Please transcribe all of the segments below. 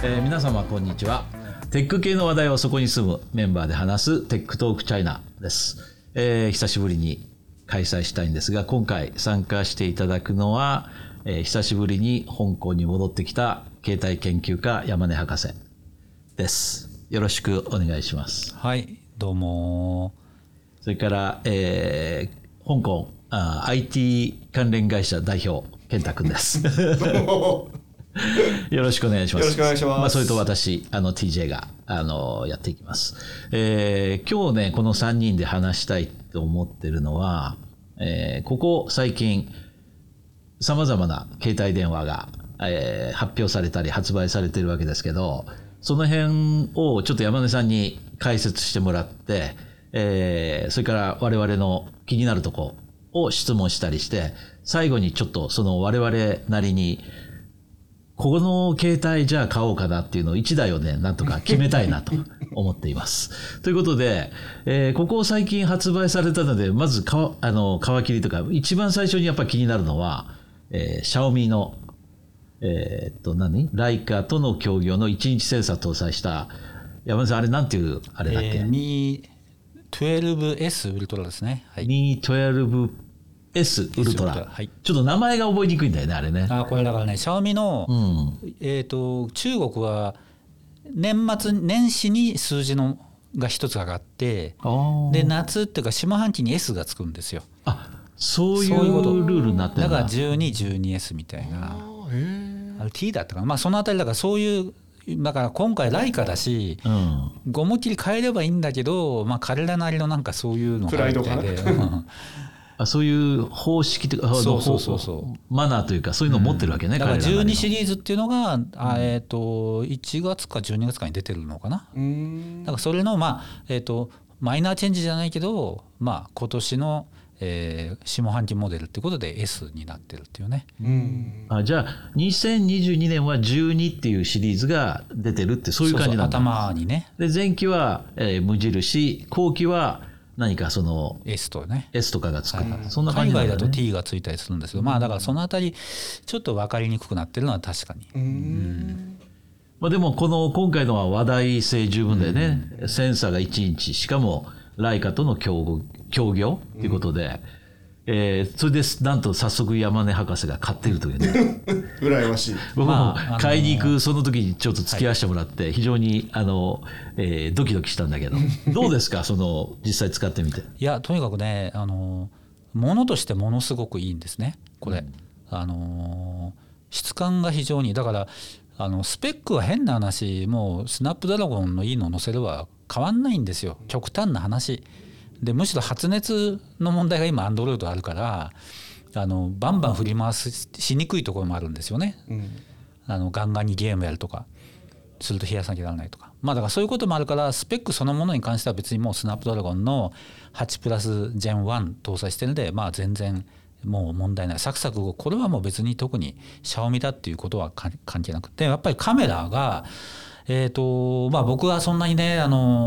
皆様こんにちは。テック系の話題をそこに住むメンバーで話すテックトークチャイナです。久しぶりに開催したいんですが、今回参加していただくのは、久しぶりに香港に戻ってきた携帯研究家山根博士です。よろしくお願いします。 はい、どうも。 それから、香港IT 関連会社代表健太くんです。よろしくお願いします。 よろしくお願いします。 それと私TJ がやっていきます。今日ねこの3人で話したいと思ってるのは、ここ最近さまざまな携帯電話が、発表されたり発売されてるわけですけど、その辺をちょっと山根さんに解説してもらって、それから我々の気になるとこを質問したりして、最後にちょっとその我々なりにこの携帯じゃあ買おうかなっていうのを1台をねなんとか決めたいなと思っています。ということで、ここ最近発売されたので、まず皮切りとか一番最初にやっぱり気になるのは、シャオミのライカとの協業の1日センサー搭載した山根さん、あれなんていうあれだっけ、 Mi 12S ウルトラですね。はい、 Mi 12S ウルトラ、 はい、 ちょっと名前が覚えにくいんだよねあれね。 これだからね、シャオミの、中国は年始に数字のが一つ上がって、で夏っていうか下半期に S がつくんですよ。 そういうルールになってるんだ。 だから12S みたいな、あれ T だったかな、そのあたりだから、そういうだから今回ライカだし、思いっきり変えればいいんだけど、彼らなりのなんかそういうのがあるみたいで、 そういう方式というかマナーというかそういうのを持ってるわけね、 だから12シリーズっていうのが、1月か12月かに出てるのかな。だからそれの、マイナーチェンジじゃないけど、今年の下半期モデルっていうことで S になってるっていうね。 じゃあ2022年は12っていうシリーズが出てるって、そういう感じなんだ。 頭にね。 で前期は、無印、後期は何かその S とね S とかがつく、そんな感じなんだね。 海外だと T がついたりするんですけど、だからそのあたりちょっと分かりにくくなってるのは確かに。 でも今回のは話題性十分だよね。センサーが1インチ、しかもライカとの協業ということで、それでなんと早速山根博士が買っているというね。 羨ましい。 僕も買いに行くその時にちょっと付き合わせてもらって、非常にドキドキしたんだけど、どうですか実際使ってみて。 いや、とにかくね、ものとしてものすごくいいんですねこれ。質感が非常に、だからスペックは変な話、もうスナップドラゴンのいいのを載せれば変わんないんですよ、極端な話で。むしろ発熱の問題が今 Android あるから、バンバン振り回しにくいところもあるんですよね。ガンガンにゲームやるとかすると冷やさなきゃならないとか、だからそういうこともあるから、スペックそのものに関しては別にもうスナップドラゴンの8プラス Gen1 搭載してるので、全然もう問題ない、サクサク。これはもう別に特にシャオミだっていうことは関係なくて、やっぱりカメラが僕はそんなにね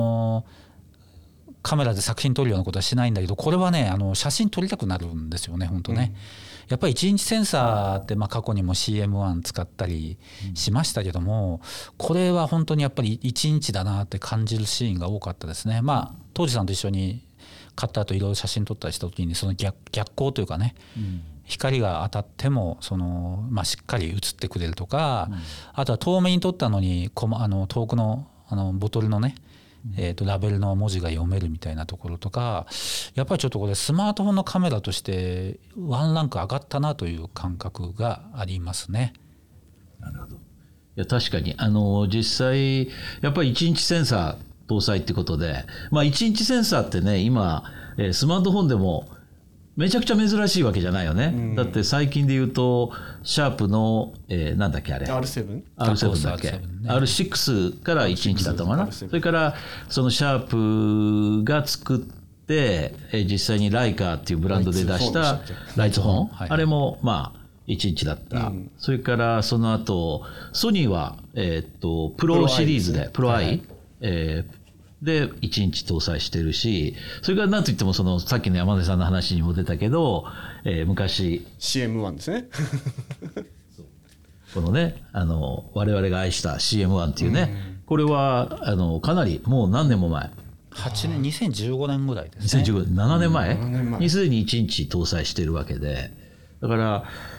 カメラで作品撮るようなことはしないんだけど、これはね写真撮りたくなるんですよね本当ね。やっぱり1インチセンサーって過去にも CM1 使ったりしましたけども、これは本当にやっぱり1インチだなって感じるシーンが多かったですね。当時さんと一緒に買った後いろいろ写真撮ったりした時に、その逆光というかね、光が当たってもしっかり映ってくれるとか、あとは遠目に撮ったのに遠くのボトルのね、ラベルの文字が読めるみたいなところとか、やっぱりちょっとこれスマートフォンのカメラとしてワンランク上がったなという感覚がありますね。 なるほど。いや確かに実際やっぱり1インチセンサー搭載ってことで、1インチセンサーってね今スマートフォンでもめちゃくちゃ珍しいわけじゃないよね。だって最近で言うとシャープの、なんだっけあれ R7 だっけ、R6 から1インチだったかな。それからそのシャープが作って、実際にライカっていうブランドで出したライツフォン、あれも1インチだった、それからその後ソニーは、プロシリーズでプロアイ、で1インチ搭載してるし、それから何といってもさっきの山根さんの話にも出たけど、昔 CM1 ですねこのね我々が愛した CM1 っていうね、これはかなりもう何年も前 8年2015年ぐらいですね。 2015年7年前にすでに1インチ搭載しているわけで、だから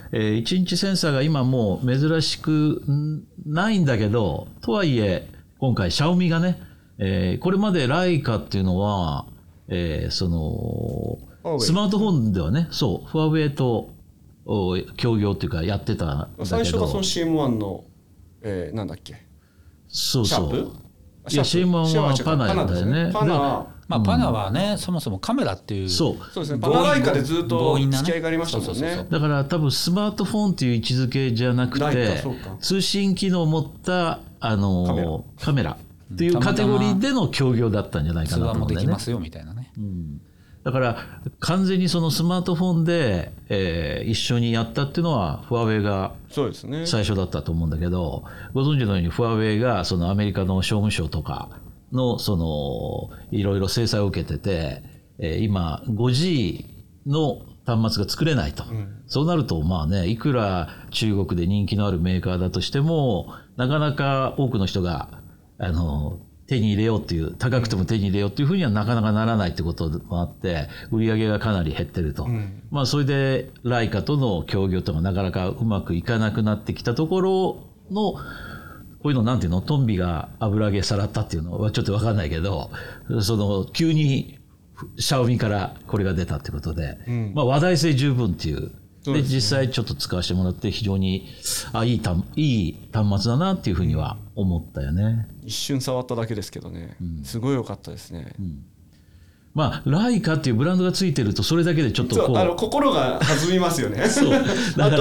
、1インチセンサーが今もう珍しくないんだけど、とはいえ今回シャオミがね、これまでライカっていうのは、そのスマートフォンではね、そうファーウェイと協業っていうかやってたんだけど、 最初がその CM1 の、なんだっけ、 そうそう、いやシャープ CM1 はパナだよね。 パナはまあ、パナはね、そもそもカメラっていうそうですね、パナライカでずっと付き合いがありましたもんね。 だから多分スマートフォンっていう位置づけじゃなくて通信機能を持ったカメラっていうカテゴリーでの協業だったんじゃないかなと思うんだよね。 通話もできますよみたいなね、 だから完全にそのスマートフォンで、一緒にやったっていうのはファーウェイが最初だったと思うんだけど、ご存知のようにファーウェイがそのアメリカの商務省とかのそのいろいろ制裁を受けてて、今 5G の端末が作れないと、そうなるとまあね、いくら中国で人気のあるメーカーだとしてもなかなか多くの人が手に入れようっていう、高くても手に入れようっていうふうにはなかなかならないってこともあって売り上げがかなり減ってると、まあそれでライカとの協業とかなかなかうまくいかなくなってきたところの、こういうのなんていうの、トンビが油揚げさらったっていうのはちょっと分かんないけど、その急にシャオミからこれが出たってことで、まあ話題性十分っていう。で実際ちょっと使わせてもらって非常にいい端末だなっていうふうには思ったよね。 一瞬触っただけですけどね、すごい良かったですね。 まあライカっていうブランドがついてるとそれだけでちょっとこう心が弾みますよね。そうあと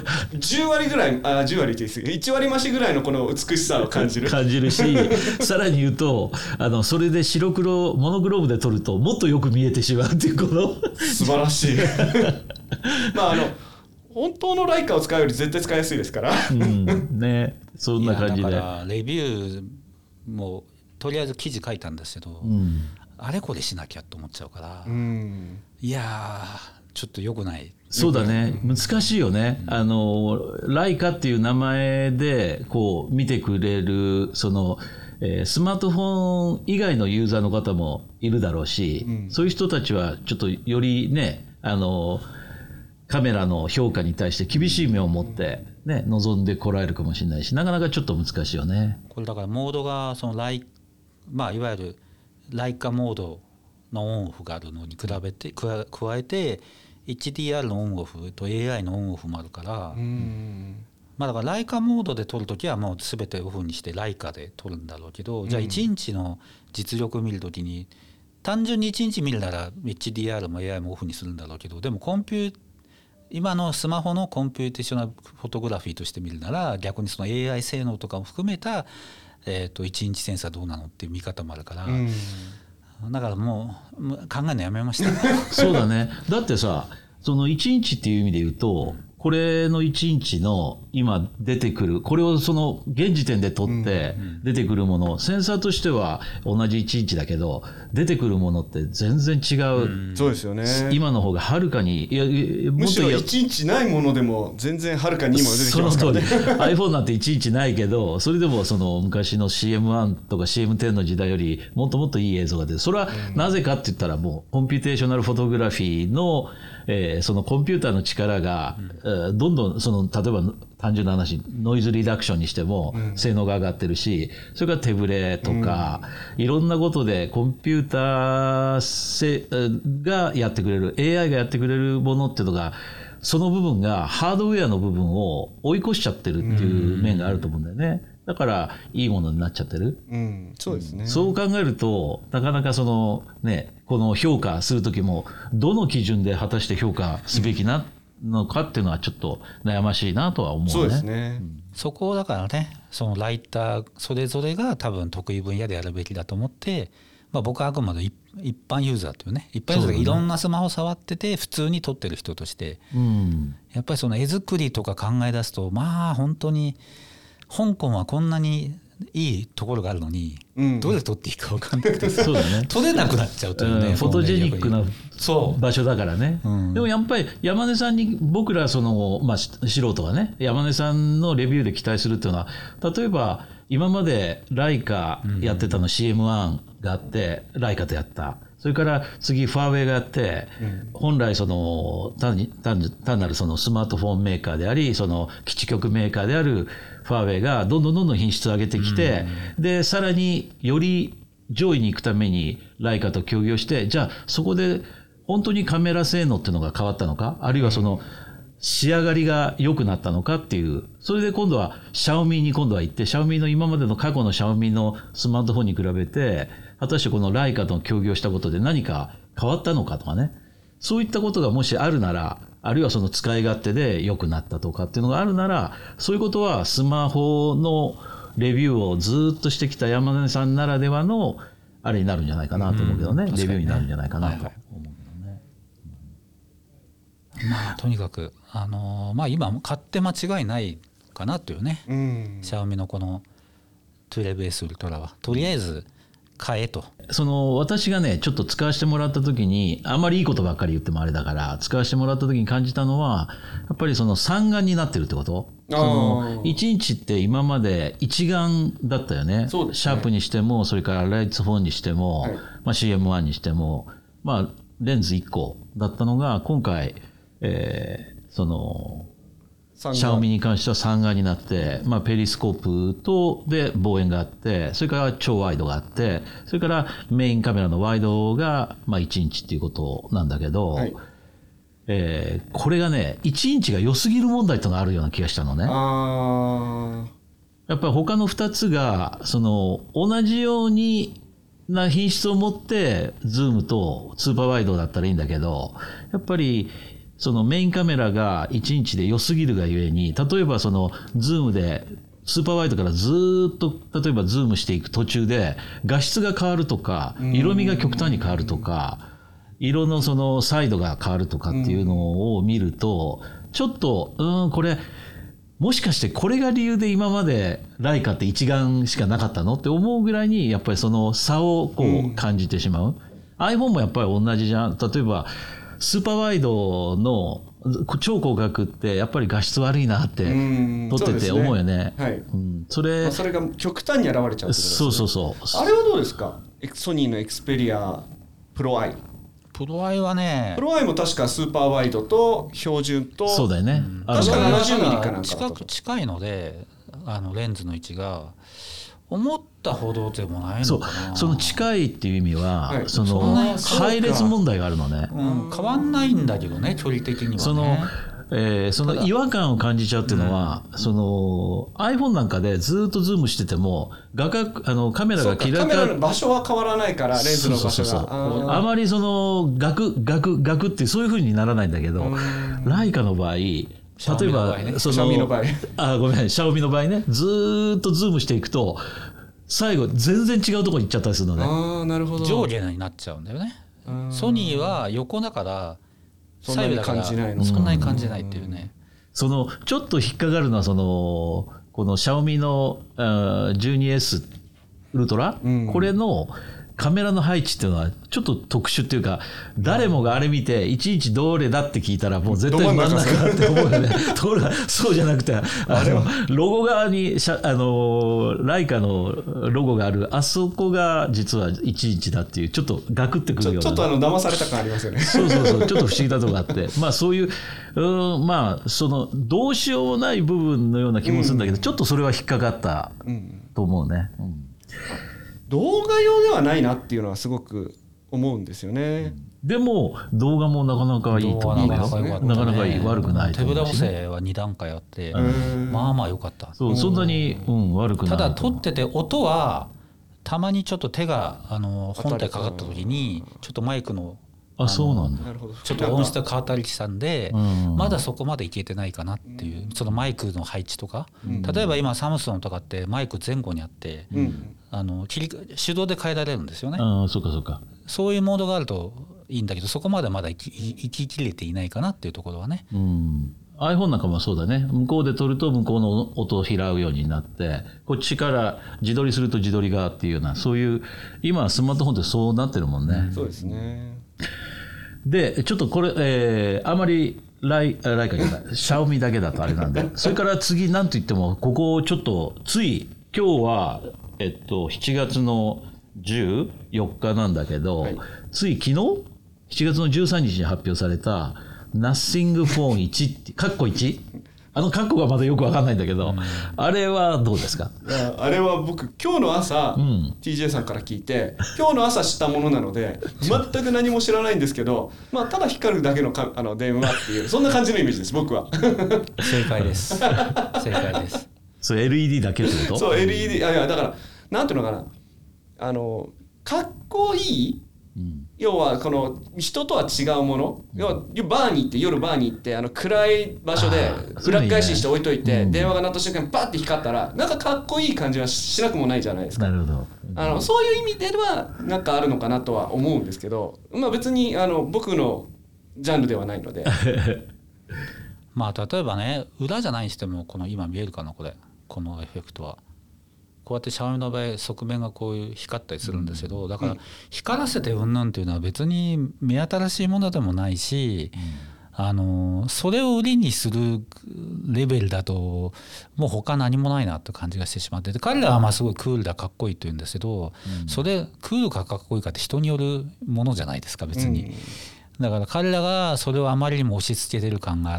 10割ぐらい10割って言い過ぎ、1割増しぐらいのこの美しさを感じるしさらに言うとそれで白黒モノクロームで撮るともっとよく見えてしまうっていうこの素晴らしいまあ本当のライカを使うより絶対使いやすいですから、 ね、そんな感じで。 だからレビューもとりあえず記事書いたんですけど、あれこれしなきゃと思っちゃうから、いやちょっと良くない。 そうだね、難しいよね。ライカっていう名前でこう見てくれるその、スマートフォン以外のユーザーの方もいるだろうし、そういう人たちはちょっとよりねカメラの評価に対して厳しい目を持ってね望んでこられるかもしれないし、なかなかちょっと難しいよね。 これだからモードがそのまあいわゆるライカモードのオンオフがあるのに比べて加えて HDR のオンオフと AI のオンオフもあるから、まあだからライカモードで撮るときはもう全てオフにしてライカで撮るんだろうけど、じゃあ1インチの実力を見るときに単純に1インチ見るなら HDR も AI もオフにするんだろうけど、でも今のスマホのコンピューテーショナルフォトグラフィーとして見るなら逆にその AI 性能とかも含めた1インチセンサーどうなのっていう見方もあるから、だからもう考えるのやめましたそうだね。だってさ、その1インチっていう意味で言うとこれの1インチの今出てくるこれをその現時点で撮って出てくるもの、センサーとしては同じ1インチだけど出てくるものって全然違う、 そうですよね。 今の方がはるかにむしろ1インチないものでも全然はるかに今出てきますからね。 その通りiPhone なんて1インチないけどそれでもその昔の CM1 とか CM10 の時代よりもっともっといい映像が出る。それはなぜかって言ったらもうコンピューテーショナルフォトグラフィーのそのコンピューターの力が、どんどんその例えば単純な話ノイズリダクションにしても性能が上がってるし、それから手ブレとか、いろんなことでコンピューターがやってくれる AI がやってくれるものっていうのがその部分がハードウェアの部分を追い越しちゃってるっていう面があると思うんだよね。だからいいものになっちゃってる、 そうですね。 そう考えるとなかなかそのねこの評価する時もどの基準で果たして評価すべきなのかっていうのはちょっと悩ましいなとは思うね。 そうですね、 そこをだからねそのライターそれぞれが多分得意分野でやるべきだと思って、僕はあくまで一般ユーザーというね、一般ユーザーがいろんなスマホ触ってて普通に撮ってる人として、やっぱりその絵作りとか考え出すとまあ本当に香港はこんなにいいところがあるのに、どれ取っていいか分かんなくてそうだね取れなくなっちゃうというね、 フォトジェニックな場所だからね、でもやっぱり山根さんに僕ら素人がね山根さんのレビューで期待するっていうのは、例えば今までライカやってたの CM1 があってライカとやった、それから次ファーウェイがやって、本来単なるそのスマートフォンメーカーでありその基地局メーカーであるファーウェイがどんどん品質を上げてきて、でさらにより上位に行くためにライカと協業して、じゃあそこで本当にカメラ性能っていうのが変わったのか、あるいはその仕上がりが良くなったのかっていう、それで今度はシャオミに今度は行って、シャオミの今までの過去のシャオミのスマートフォンに比べて果たしてこのライカと協業したことで何か変わったのかとかね、そういったことがもしあるなら、あるいはその使い勝手で良くなったとかっていうのがあるなら、そういうことはスマホのレビューをずっとしてきた山根さんならではのあれになるんじゃないかなと思うけどね、レビューになるんじゃないかなと思うけどね。 とにかく今買って間違いないかなというね、シャオミのこの 12S ウルトラはとりあえず買えと。 私がねちょっと使わせてもらった時に、あんまりいいことばっかり言ってもあれだから使わせてもらった時に感じたのは、やっぱりその3眼になってるってこと。1インチって今まで一眼だったよね。 そうですね。 シャープにしてもそれからライツ4にしても、CM1 にしても、レンズ1個だったのが今回、シャオミに関しては3眼になって、ペリスコープとで望遠があって、それから超ワイドがあって、それからメインカメラのワイドが1インチっていうことなんだけど、これがね1インチが良すぎる問題というのがあるような気がしたのね。やっぱり他の2つが同じようにな品質を持ってズームとスーパーワイドだったらいいんだけど、やっぱりそのメインカメラが1インチで良すぎるがゆえに、例えばズームでスーパーワイドからずっと例えばズームしていく途中で画質が変わるとか、色味が極端に変わるとか、色のサイドが変わるとかっていうのを見ると、ちょっとこれもしかしてこれが理由で今までライカって一眼しかなかったのって思うぐらいにやっぱりその差を感じてしまう。iPhone もやっぱり同じじゃん。例えばスーパーワイドの超広角ってやっぱり画質悪いなって撮ってて思うよね。それが極端に現れちゃうってことですね。そうあれはどうですか、ソニーのエクスペリアプロアイ。 プロアイはね、 プロアイも確かスーパーワイドと標準と、 そうだよね、 確か70ミリかなんか近いのでレンズの位置が思ったほどでもないのかな。 その近いっていう意味は、配列問題があるのね。 変わんないんだけどね、距離的にはね。 その違和感を感じちゃうっていうのは、iPhone なんかでずっとズームしててもカメラがカメラの場所は変わらないから、レンズの場所があまりガクってそういう風にならないんだけど、ライカの場合、例えばシャオミの場合、 シャオミの場合ね、ずっとズームしていくと最後全然違うところに行っちゃったりするのね。 なるほど。 上下になっちゃうんだよね。ソニーは横だから左右だからそんなに感じないっていうね。 ちょっと引っかかるのはこのシャオミの 12S ウルトラ、これのカメラの配置っていうのはちょっと特殊っていうか、誰もがあれ見ていちいちどれだって聞いたらもう絶対真ん中だって思うよね。ところがそうじゃなくて、ロゴ側にライカのロゴがあるあそこが実は1インチだっていう、ちょっとガクってくるような、 ちょっと騙された感ありますよね。 そうちょっと不思議なとこがあってそういうどうしようもない部分のような気もするんだけど、ちょっとそれは引っかかったと思うね。 動画用ではないなっていうのはすごく思うんですよね。 でも動画もなかなかいいと思うよ。なかなかいい、悪くないと思うし、ね、 手ぶら補正は2段階あって、まあ良かった。 そんなに、悪くない。 ただ撮ってて音はたまにちょっと手が本体かかった時にちょっとマイクのそうなんだ。 ちょっと音質が変わったりしたんで、まだそこまでいけてないかなっていう、そのマイクの配置とか、例えば今サムスンとかってマイク前後にあって、手動で変えられるんですよね。そういうモードがあるといいんだけど、そこまでまだ行ききれていないかなっていうところはね、 iPhone なんかもそうだね。向こうで撮ると向こうの音を拾うようになって、こっちから自撮りすると自撮りがっていうような、そういう、今スマートフォンってそうなってるもんね。 そうですね。 で、ちょっとこれ、あまりライカじゃない、シャオミだけだとあれなんで、それから次なんといっても、ここちょっと、今日は、7月の14日なんだけど、 はい、 昨日 ?7 月の13日に発表された、Nothing Phone 1って、カッコ 1？ カッコがまだよくわかんないんだけど、あれはどうですか？ あれは僕今日の朝、TJ さんから聞いて今日の朝知ったものなので全く何も知らないんですけど、ただ光るだけの電話っていうそんな感じのイメージです僕は。 正解です正解です。 それ LED だけってこと？ そう LED、 いやだからなんていうのかな、かっこいい、要はこの人とは違うもの、要はバーに行って夜バーに行って暗い場所で裏返しして置いといて電話が鳴った瞬間にバッて光ったらなんかかっこいい感じはしなくもないじゃないですか。 なるほど。 そういう意味ではなんかあるのかなとは思うんですけど、別に僕のジャンルではないので。 例えばね、裏じゃないにしてもこの今見えるかな、このエフェクトはこうやってシャオミの場合側面がこういう光ったりするんですけど、だから光らせてうんぬんっていうのは別に目新しいものでもないし、それを売りにするレベルだともう他何もないなって感じがしてしまってて、彼らはすごいクールだかっこいいというんですけど、それクールかかっこいいかって人によるものじゃないですか別に。だから彼らがそれをあまりにも押し付けてる感があって、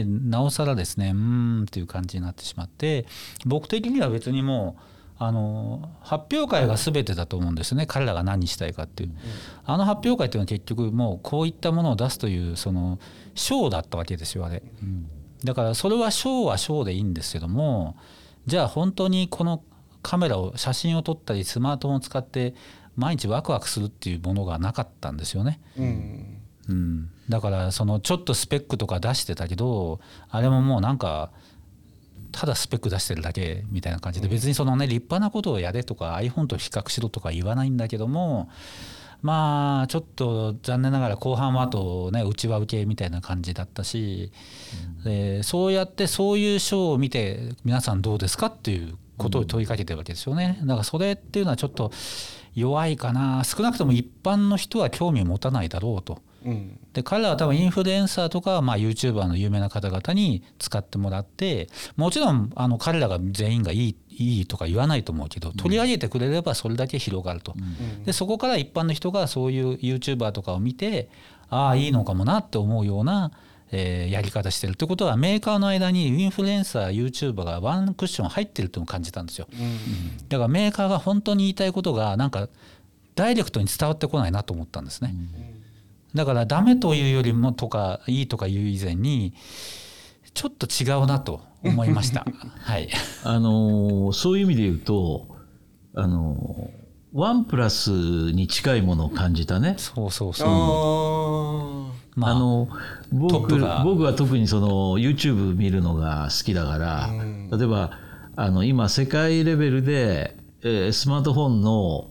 なおさらですねっていう感じになってしまって、僕的には別にもう発表会が全てだと思うんですね、彼らが何したいかっていう。発表会っていうのは結局もうこういったものを出すというそのショーだったわけですよあれ。だからそれはショーはショーでいいんですけども、じゃあ本当にこのカメラを写真を撮ったりスマートフォンを使って毎日ワクワクするっていうものがなかったんですよね。だからそのちょっとスペックとか出してたけど、あれももうなんかただスペック出してるだけみたいな感じで、別にそのね立派なことをやれとか iPhone と比較しろとか言わないんだけども、ちょっと残念ながら後半はあとねうちわ受けみたいな感じだったし、そうやってそういうショーを見て皆さんどうですかっていうことを問いかけてるわけですよね。だからそれっていうのはちょっと弱いかな、少なくとも一般の人は興味を持たないだろうと。で彼らは多分インフルエンサーとか、YouTuber の有名な方々に使ってもらって、もちろん彼らが全員がいいとか言わないと思うけど、取り上げてくれればそれだけ広がると。でそこから一般の人がそういう YouTuber とかを見て、いいのかもなって思うような、やり方してるってことは、メーカーの間にインフルエンサー YouTuber がワンクッション入ってるっていうのを感じたんですよ。だからメーカーが本当に言いたいことがなんかダイレクトに伝わってこないなと思ったんですね。だからダメというよりもとかいいとかいう以前にちょっと違うなと思いました。はい。 そういう意味で言うとワンプラスに近いものを感じたね。 そう。 僕は特にその YouTube 見るのが好きだから、例えば今世界レベルで、スマートフォンの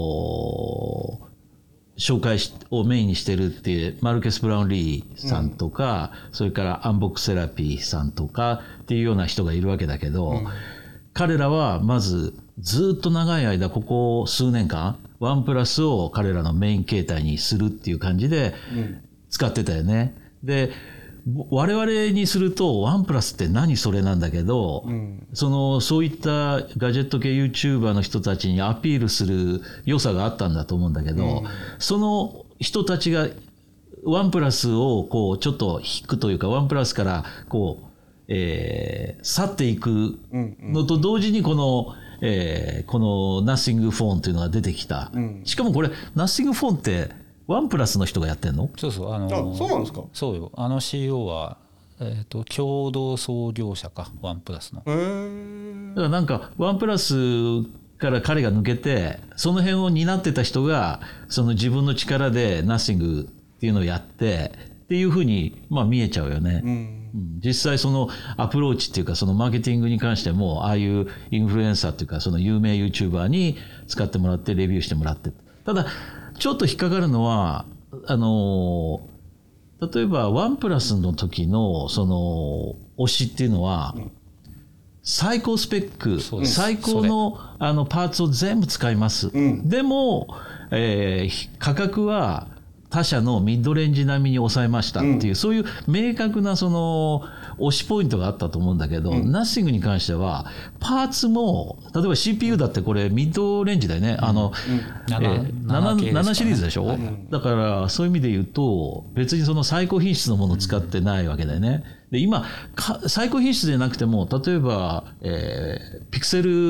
紹介をメインにしてるっていうマルケス・ブラウンリーさんとか、それからアンボックスセラピーさんとかっていうような人がいるわけだけど、彼らはまずずっと長い間ここ数年間ワンプラスを彼らのメイン形態にするっていう感じで使ってたよね。で我々にするとワンプラスって何それなんだけど、そういったガジェット系 YouTuber の人たちにアピールする良さがあったんだと思うんだけど、その人たちがワンプラスをこうちょっと引くというか、ワンプラスからこう、去っていくのと同時にこのNothing Phone というのが出てきた。しかもこれ Nothing Phone ってワンプラスの人がやってんの？ そうそうなんですか。 そうよ。CEO は、共同創業者か、ワンプラスの。 だからなんかワンプラスから彼が抜けて、その辺を担ってた人がその自分の力で Nothing っていうのをやってっていうふうに見えちゃうよね。実際そのアプローチっていうか、そのマーケティングに関してもああいうインフルエンサーっていうか、その有名 YouTuber に使ってもらってレビューしてもらって、ただちょっと引っかかるのは例えばワンプラスの時のその推しっていうのは、最高スペック、最高のパーツを全部使います、でも、価格は他社のミッドレンジ並みに抑えましたっていう、そういう明確なその推しポイントがあったと思うんだけど、ナッシングに関してはパーツも例えば CPU だってこれミッドレンジだよね、7シリーズでしょ、だからそういう意味で言うと別にその最高品質のものを使ってないわけだよね。で今最高品質でなくても例えば、ピクセル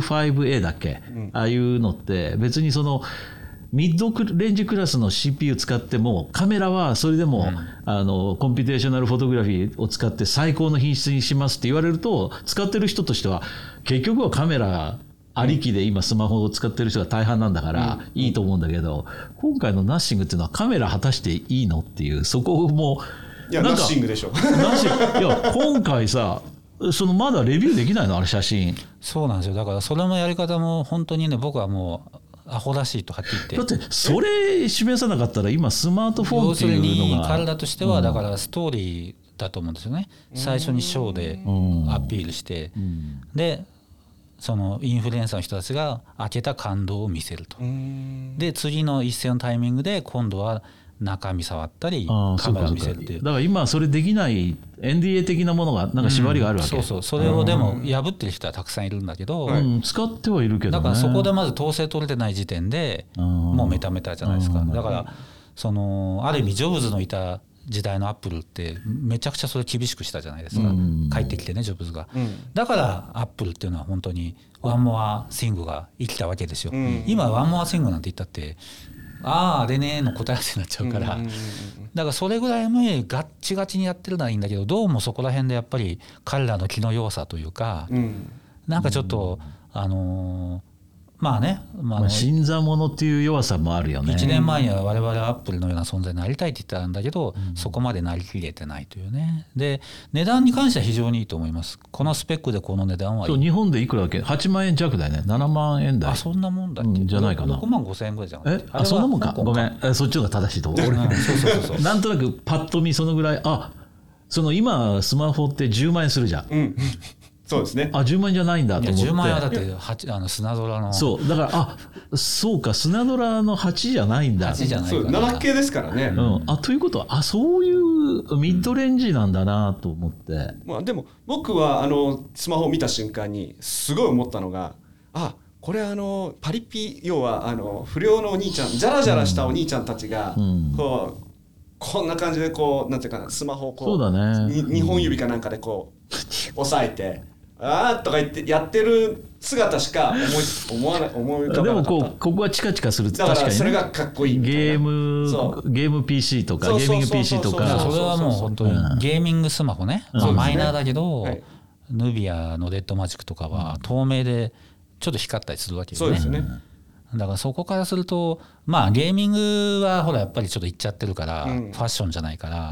5A だっけ、ああいうのって別にそのミッドレンジクラスの CPU 使ってもカメラはそれでも、コンピュテーショナルフォトグラフィーを使って最高の品質にしますって言われると、使ってる人としては結局はカメラありきで今スマホを使ってる人が大半なんだからいいと思うんだけど、今回のナッシングっていうのはカメラ果たしていいのっていう、そこもいやナッシングでしょ。 いや今回さそのまだレビューできないのあれ写真。 そうなんですよ。だからそれのやり方も本当にね、僕はもうアホらしいとはっきり言って。 だってそれ示さなかったら今スマートフォンっていうのが、 要するに彼らとしてはだからストーリーだと思うんですよね。最初にショーでアピールして、でそのインフルエンサーの人たちが開けた感動を見せると。で次の一斉のタイミングで今度は中身触ったりカメラ見せるっていう。 だから今それできない NDA 的なものがなんか縛りがあるわけ、 そうそれをでも破ってる人はたくさんいるんだけど、 使ってはいるけどね。 だからそこでまず統制取れてない時点でもうメタメタじゃないですか。だからそのある意味ジョブズのいた時代のアップルってめちゃくちゃそれ厳しくしたじゃないですか、帰ってきてねジョブズが、だからアップルっていうのは本当にワンモアシングが生きたわけですよ、今ワンモアシングなんて言ったってあれねの答え合わせになっちゃうから、だからそれぐらいもガッチガチにやってるのはいいんだけど、どうもそこら辺でやっぱり彼らの気の弱さというか、なんかちょっとまあね、 新参者っていう弱さもあるよね。 1年前には我々はアップルのような存在になりたいって言ってたんだけど、そこまでなりきれてないというね。で値段に関しては非常にいいと思います。このスペックでこの値段はいい。 そう日本でいくらだっけ、8万円弱だよね、7万円台。 そんなもんだっけ、 じゃないかな。 6万5千円ぐらいじゃん。 そんなもんか、ごめん、そっちの方が正しいと思う。そうなんとなくパッと見そのぐらい、その今スマホって10万円するじゃん、 そうですね。 10万円じゃないんだと思って。 10万円はだってスナドラの。 そうだからそうか、スナドラの8じゃないんだ。 8じゃないかな。7系ですからね。 ということはそういうミッドレンジなんだなと思って。 でも僕はスマホを見た瞬間にすごい思ったのが、これパリピ、要は不良のお兄ちゃん、ジャラジャラしたお兄ちゃんたちがこんな感じでなんていうかな、スマホをそうだね、 2本指かなんかで押さえてとか言ってやってる姿しか思い浮かばなかった。 でもここはチカチカする、 だからそれがかっこいいみたいな。 ゲーム PC とかゲーミング PC とか、 それはもう本当にゲーミングスマホね、マイナーだけど、ヌビアのレッドマジックとかは透明でちょっと光ったりするわけよね。 そうですね。 だからそこからするとゲーミングはほらやっぱりちょっといっちゃってるから、ファッションじゃないから、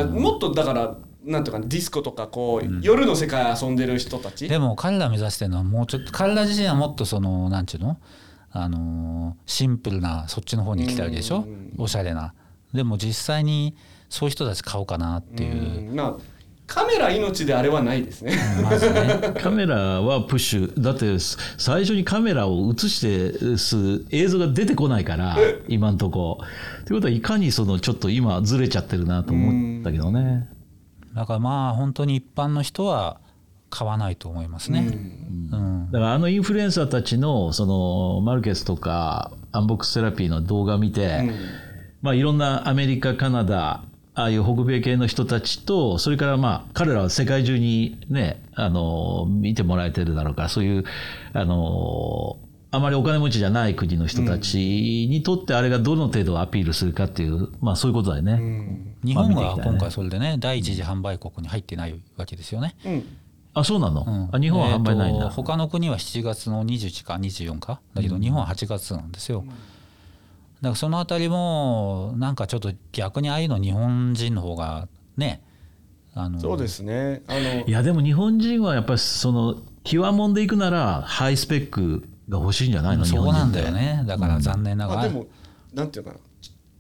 もっとだからなんていうかディスコとか夜の世界遊んでる人たち。 でも彼ら目指してるのはもうちょっと、彼ら自身はもっとそのなんちゅうの、シンプルなそっちの方に来たわけでしょ、おしゃれな。でも実際にそういう人たち買おうかなっていう。 カメラ命であれはないですね。 まずねカメラはプッシュだって、最初にカメラを映して映像が出てこないから今んとこ。ということはいかにちょっと今ずれちゃってるなと思ったけどね。 だから本当に一般の人は買わないと思いますね。 だからインフルエンサーたちのマルケスとかアンボックスセラピーの動画を見て、いろんなアメリカカナダああいう北米系の人たちと、それから彼らは世界中にね見てもらえてるだろうから、そういうあまりお金持ちじゃない国の人たちにとってあれがどの程度アピールするかっていう、そういうことだよね。 日本が今回それでね、第一次販売国に入ってないわけですよね。 そうなの、日本は販売ないんだ。 他の国は7月の21か24かだけど、日本は8月なんですよ。だからそのあたりもなんかちょっと逆にああいうの日本人の方がね、 そうですね。 いやでも日本人はやっぱり極もんでいくならハイスペックが欲しいんじゃないの。 そうなんだよね。だから残念ながら、 でもなんていうかな、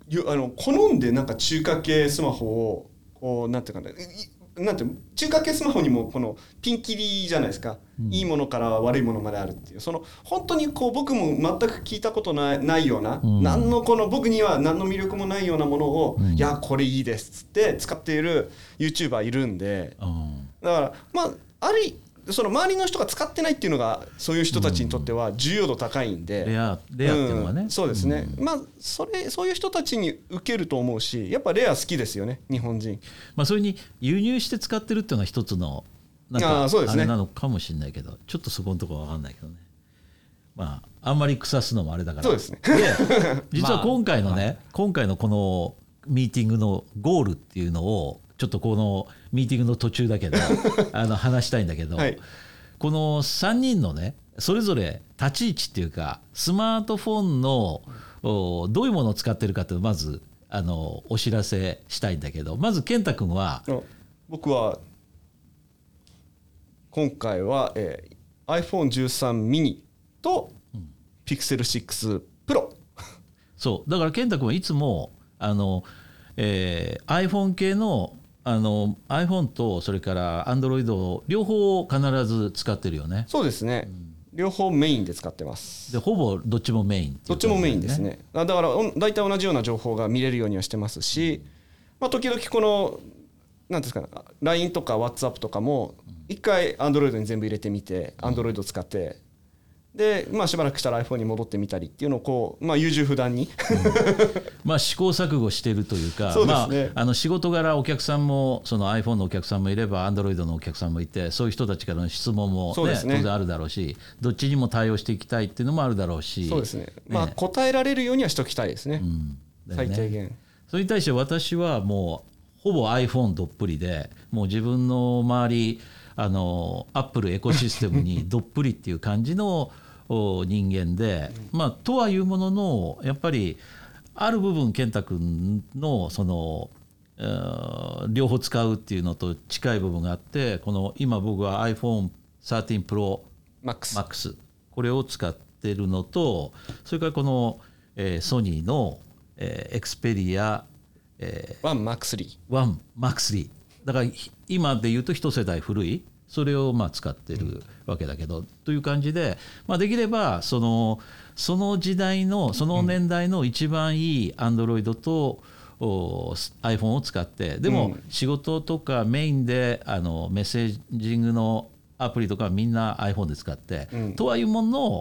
好んでなんか中華系スマホをこうなんていうかね、なんて中華系スマホにもこのピンキリじゃないですか、いいものから悪いものまであるっていう、その本当にこう僕も全く聞いたことないような、何のこの僕には何の魅力もないようなものを、いやこれいいですって使っている YouTuber いるんで、だからまあその周りの人が使ってないっていうのがそういう人たちにとっては重要度高いんで、 レアっていうのはね、 そうですね、まあそういう人たちに受けると思うし、やっぱレア好きですよね日本人。 まあそれに輸入して使ってるっていうのは一つのなんかあれなのかもしれないけど、ちょっとそこのところは分かんないけどね。まああんまり腐すのもあれだから。 そうですね。 で実は今回のね、今回のこのミーティングのゴールっていうのをちょっとこのミーティングの途中だけど話したいんだけど、この3人のねそれぞれ立ち位置っていうか、スマートフォンのどういうものを使ってるかっていうのをまずお知らせしたいんだけど、まず健太君は。 僕は今回は、iPhone13 mini と Pixel 6 Pro。 そうだから健太君はいつもiPhone 系のiPhone とそれから Android を両方必ず使ってるよね。 そうですね、両方メインで使ってます。 でほぼどっちもメイン、 どっちもメインですね。だから大体同じような情報が見れるようにはしてますし、まあ、時々この何ですかね、 LINE とか WhatsApp とかも一回 Android に全部入れてみて Android を使って、で、まあ、しばらくしたら iPhone に戻ってみたりっていうのをこう、まあ、優柔不断にまあ試行錯誤してるというか、 そうですね、 まあ、仕事柄お客さんもその iPhone のお客さんもいれば Android のお客さんもいて、そういう人たちからの質問も、ね、当然あるだろうし、どっちにも対応していきたいっていうのもあるだろうし、 そうですね、まあ、答えられるようにはしておきたいですね、最低限。 それに対して私はもうほぼ iPhone どっぷりで、もう自分の周りApple エコシステムにどっぷりっていう感じの人間で、まあとはいうもののやっぱりある部分健太君のその両方使うっていうのと近い部分があって、この今僕は iPhone13 Pro Max これを使ってるのと、それからこのソニーのXperia One Max 3だから今で言うと一世代古いそれをまあ使ってるわけだけど、という感じで、まあ、できればその時代のその年代の一番いい Android とiPhone を使って、でも仕事とかメインでメッセージングのアプリとかはみんな iPhone で使って、とはいうものの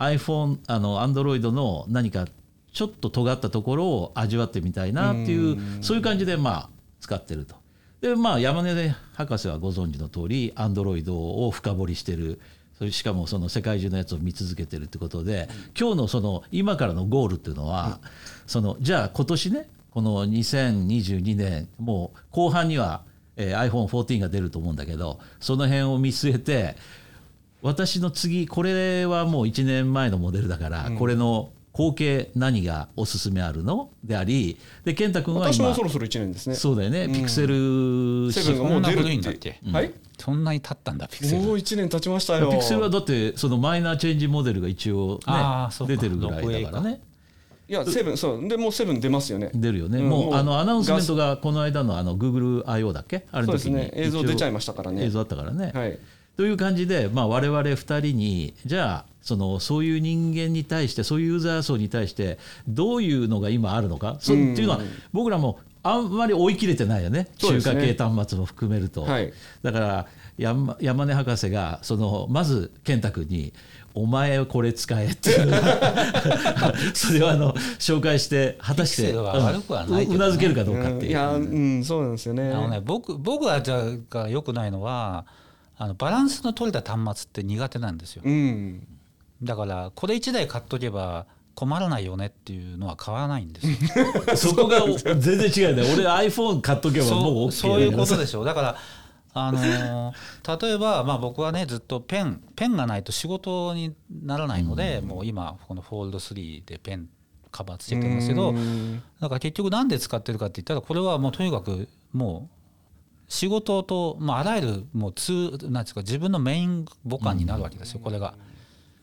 Android の何かちょっと尖ったところを味わってみたいなっていう、そういう感じでまあ使ってると。でまあ山根博士はご存知の通り Android を深掘りしてる、しかもその世界中のやつを見続けてるってことで、今日のその今からのゴールっていうのは、じゃあ今年ね、この2022年もう後半にはiPhone14 が出ると思うんだけど、その辺を見据えて私の次これはもう1年前のモデルだから、これの後継何がおすすめあるのであり、で健太君は今私もそろそろ1年ですね。 そうだよね、ピクセル 7がもう出るってんだって、 はい、 そんなに経ったんだピクセル。 もう1年経ちましたよ。 ピクセルはだってそのマイナーチェンジモデルが一応ね出てるぐらいだからね。 いや7そうでもう7出ますよね。 出るよね、もうアナウンスメントがこの間のGoogle I/O だっけ、あれの時にそうですね、映像出ちゃいましたからね。 映像あったからね、 はい、 という感じで、まあ、我々2人にじゃあそういう人間に対して、そういうユーザー層に対してどういうのが今あるのか、っていうのは僕らもあんまり追い切れてないよね、中華系端末も含めると、はい、だから山根博士がまず健太君にお前これ使えっていうそれを紹介して果たしてうなずけるかどうかっていう、 いや、そうなんですよね。 僕はじゃあ良くないのはバランスの取れた端末って苦手なんですよ、だからこれ1台買っとけば困らないよねっていうのは買わないんですよそこが全然違うね。俺 iPhone 買っとけばもう OK そういうことでしょ。だから例えば、まあ、僕はねずっとペンがないと仕事にならないので、もう今このフォールド3でペンカバーつけてますけど、だから結局なんで使ってるかって言ったら、これはもうとにかくもう仕事と、あらゆるもうなんですか、自分のメイン母艦になるわけですよ、これが。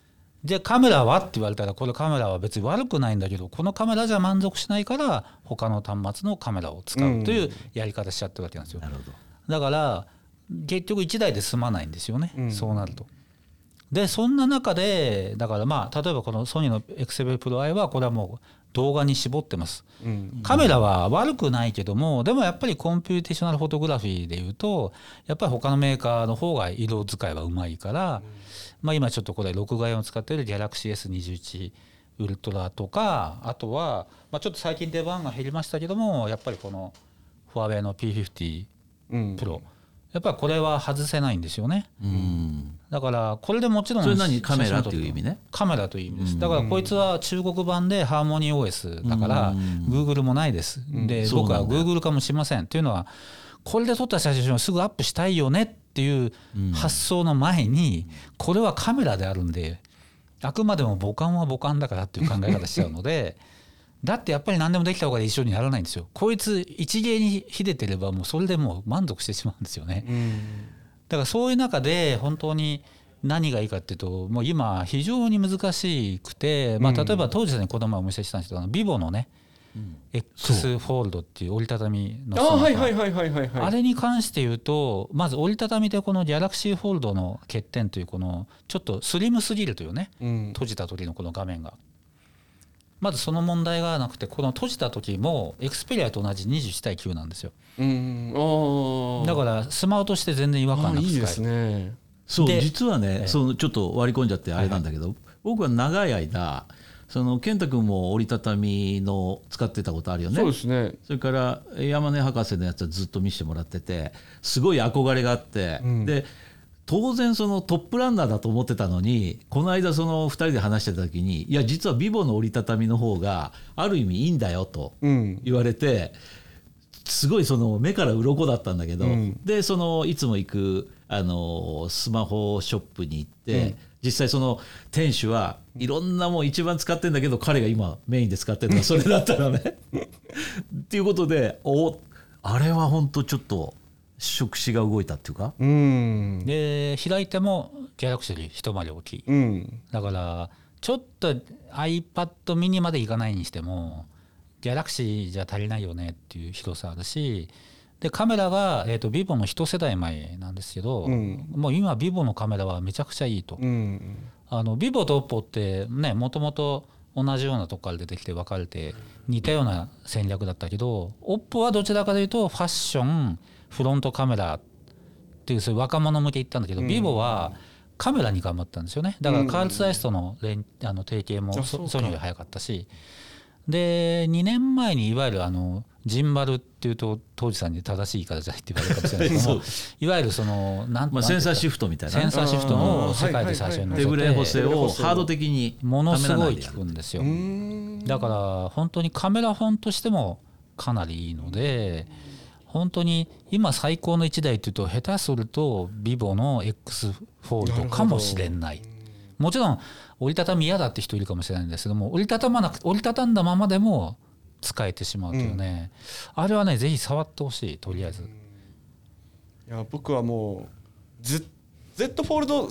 でカメラはって言われたら、これカメラは別に悪くないんだけど、このカメラじゃ満足しないから他の端末のカメラを使うというやり方しちゃってるわけなんですよ。 なるほど。 だから結局1台で済まないんですよね、そうなると。でそんな中でだから例えばこのソニーの XPEL Pro I はこれはもう動画に絞ってます、カメラは悪くないけども、でもやっぱりコンピューテーショナルフォトグラフィーでいうとやっぱり他のメーカーの方が色使いはうまいから、今ちょっとこれ録画用を使っている Galaxy S21 ウルトラとか、あとはちょっと最近出番が減りましたけども、やっぱりこのファーウェイの P50 Pro、やっぱりこれは外せないんですよね。だからこれでもちろんそれ何カメラという意味ね。 カメラという意味です。だからこいつは中国版でハーモニー OS だから Google もないです。で僕は Google 化もしませんっていうのは、これで撮った写真をすぐアップしたいよねっていう発想の前に、これはカメラであるんで、あくまでも母艦は母艦だからっていう考え方しちゃうのでだってやっぱり何でもできた方が一緒にならないんですよ。こいつ一芸に秀でてればもうそれでもう満足してしまうんですよね。だからそういう中で本当に何がいいかっていうと、もう今非常に難しくて、例えば当時この前お見せしたんですけど、ビボのね、X フォールドっていう折りたたみのスマホ、あれに関して言うと、まず折りたたみでこの Galaxy フォールドの欠点という、このちょっとスリムすぎるというね、閉じた時のこの画面がまずその問題がなくて、この閉じた時もエクスペリアと同じ21対9なんですよ。だからスマホとして全然違和感なく使える。いいですね。 そう実はね、そのちょっと割り込んじゃってあれなんだけど、僕は長い間その健太君も折りたたみの使ってたことあるよね。 そうですね。 それから山根博士のやつはずっと見せてもらってて、すごい憧れがあって、で当然そのトップランナーだと思ってたのに、この間その2人で話してた時に、いや実はビボの折りたたみの方がある意味いいんだよと言われて、すごいその目から鱗だったんだけど、でそのいつも行くスマホショップに行って、実際その店主はいろんなもん一番使ってるんだけど、彼が今メインで使ってるのはそれだったのねっていうことで、あれは本当ちょっと触手が動いたっていうか、 で開いてもギャラクシーより一回り大きい、だからちょっと iPad mini までいかないにしてもギャラクシーじゃ足りないよねっていう広さあるし、でカメラがビボの一世代前なんですけど、もう今ビボのカメラはめちゃくちゃいいと、ビボとオッポってね、もともと同じようなとこから出てきて分かれて似たような戦略だったけど、オッポはどちらかというとファッションフロントカメラっていうそういう若者向け行ったんだけど、ビボはカメラに頑張ったんですよね。だからカールツアイスとの提携もソニーより早かったし、で2年前にいわゆるジンバルっていうと当時さんに正しい言い方じゃないって言われるかもしれないけどもいわゆるそのセンサーシフトみたいな、 センサーシフトの世界で最初に載せて、 手ブレ補正をハード的にものすごい効くんですよ。だから本当にカメラフォンとしてもかなりいいので、本当に今最高の1台っていうと下手するとビボの X フォールドかもしれない。もちろん折りたたみ嫌だって人いるかもしれないんですけども、折りたたんだままでも使えてしまうというね、あれはねぜひ触ってほしい。とりあえずいや僕はもうZ フォールド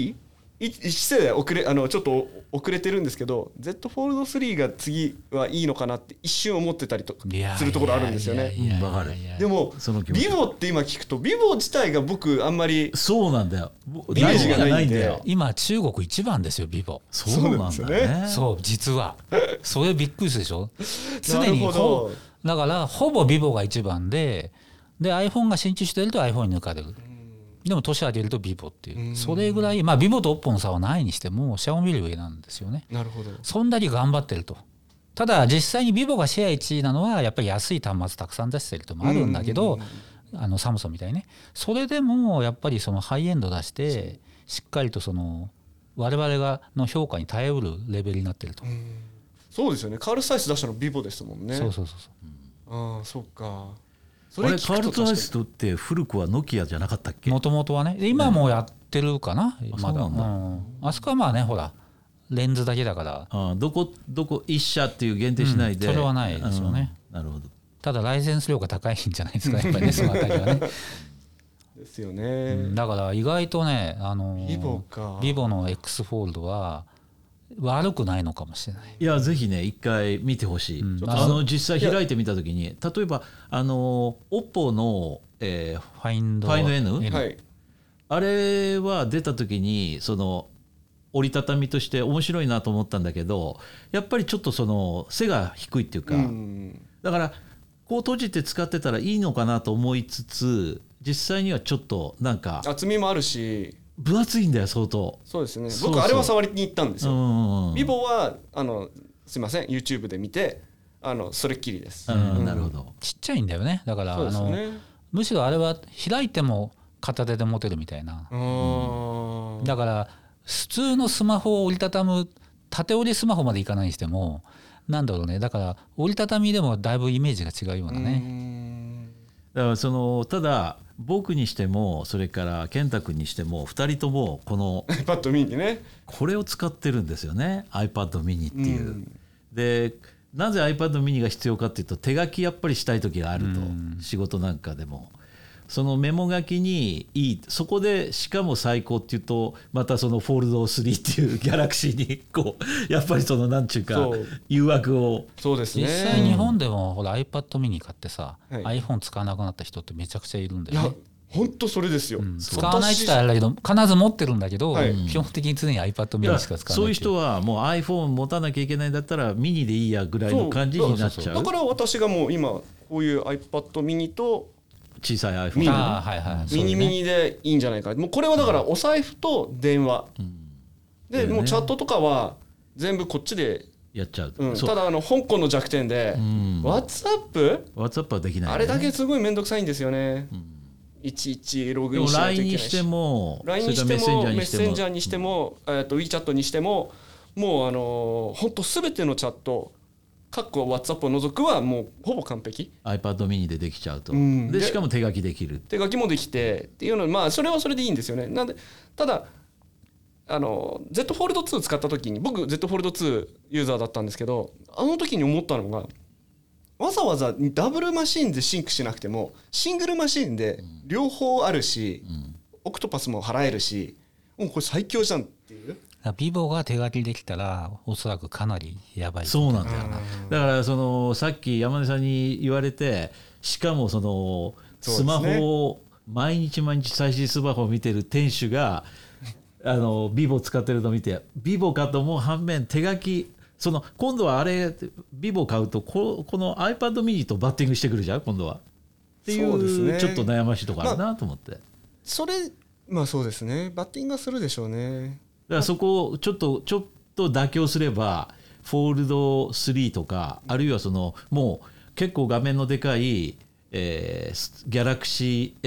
3、1世代ちょっと遅れてるんですけど、 Z フォールド3が次はいいのかなって一瞬思ってたりとかするところあるんですよね。 わかる。 でもビボって今聞くと、ビボ自体が僕あんまりそうなんだよ、 イメージがないんで、 今中国一番ですよビボ。 そうなんだね。 そう実はそれびっくりするでしょ常にだからほぼビボが一番で iPhone が進駐してると iPhone に抜かれる。でも年上げるとビボっていう、それぐらいビボとオッポの差はないにしてもシャオミより上なんですよね。 なるほど。 そんだけ頑張ってると。ただ実際にビボがシェア1位なのはやっぱり安い端末たくさん出してるともあるんだけど、サムソンみたいにね、それでもやっぱりそのハイエンド出してしっかりとその我々の評価に耐えうるレベルになってると。 そうですよね。カール・サイス出したのビボですもんね。 そう、 ああそうか。 あれカール・サイスって古くはノキアじゃなかったっけ。 もともとはね、今もやってるかな、まだ。あそこはほらレンズだけだから、 どこ一社っていう限定しないで、 それはないですよね。 なるほど。 ただライセンス料が高いんじゃないですかやっぱりね、そのあたりはね。 ですよね。 だから意外とねビボの X フォールドは悪くないのかもしれない。 いやぜひね一回見てほしい、実際開いてみた時に例えばOPPO の、 ファインド N、 はい、 あれは出た時にその折りたたみとして面白いなと思ったんだけどやっぱりちょっとその背が低いっていうか、だからこう閉じて使ってたらいいのかなと思いつつ実際にはちょっとなんか厚みもあるし分厚いんだよ相当。 そうですね。 そう僕あれは触りに行ったんですよ。ビボははすいません YouTube で見てそれっきりです。 なるほど。 ちっちゃいんだよね。だからそうですね。 むしろあれは開いても片手で持てるみたいな。だから普通のスマホを折りたたむ縦折りスマホまでいかないにしてもなんだろうね、だから折りたたみでもだいぶイメージが違うようなね。 だからただ僕にしてもそれから健太君にしても2人ともこの iPad mini ねこれを使ってるんですよね iPad mini っていう。でなぜ iPad mini が必要かっていうと手書きやっぱりしたい時があると、仕事なんかでもそのメモ書きにいいそこでしかも最高っていうとまたそのフォールド3っていうギャラクシーにこうやっぱりそのなんちゅうか誘惑を。 そうですね。 実際日本でもほら iPad mini 買ってさ、iPhone 使わなくなった人ってめちゃくちゃいるんだよね。 いや本当それですよ、 使わないって言ったらあれだけど必ず持ってるんだけど、基本的に常に iPad mini しか使わない。 そういう人はもう iPhone 持たなきゃいけないんだったらミニでいいやぐらいの感じになっちゃう。 だから私がもう今こういう iPad mini と小さい iPhone ミニミニでいいんじゃないか。もうこれはだからお財布と電話、でもうチャットとかは全部こっちでやっちゃう、 ただ香港の弱点で、WhatsApp はできない、ね、 あれだけすごい面倒くさいんですよね、いちいちログインしないといけないし、 でも LINE にしても LINE にしてもメッセンジャーにしても、WeChat にしてももう本当すべてのチャットWhatsApp を除くはもうほぼ完璧 iPad mini でできちゃうと、でしかも手書きできる、 手書きもできてっていうのはそれはそれでいいんですよね。なんでただZ Fold 2使った時に僕 Z Fold 2ユーザーだったんですけどあの時に思ったのがわざわざダブルマシンでシンクしなくてもシングルマシンで両方あるし、オクトパスも払えるしもうこれ最強じゃんっていう。 ビボが手書きできたらおそらくかなりやばい。 そうなんだよな。だからさっき山根さんに言われてしかもスマホを毎日最新スマホを見てる店主がビボ使ってるのを見てビボかと思う反面手書き今度はあれビボ買うとこの iPad mini とバッティングしてくるじゃん今度はっていう、ちょっと悩ましいとこあるなと思って、 それそうですねバッティングはするでしょうね。 だからそこをちょっと妥協すればフォールド3とかあるいはもう結構画面のでかい、Galaxy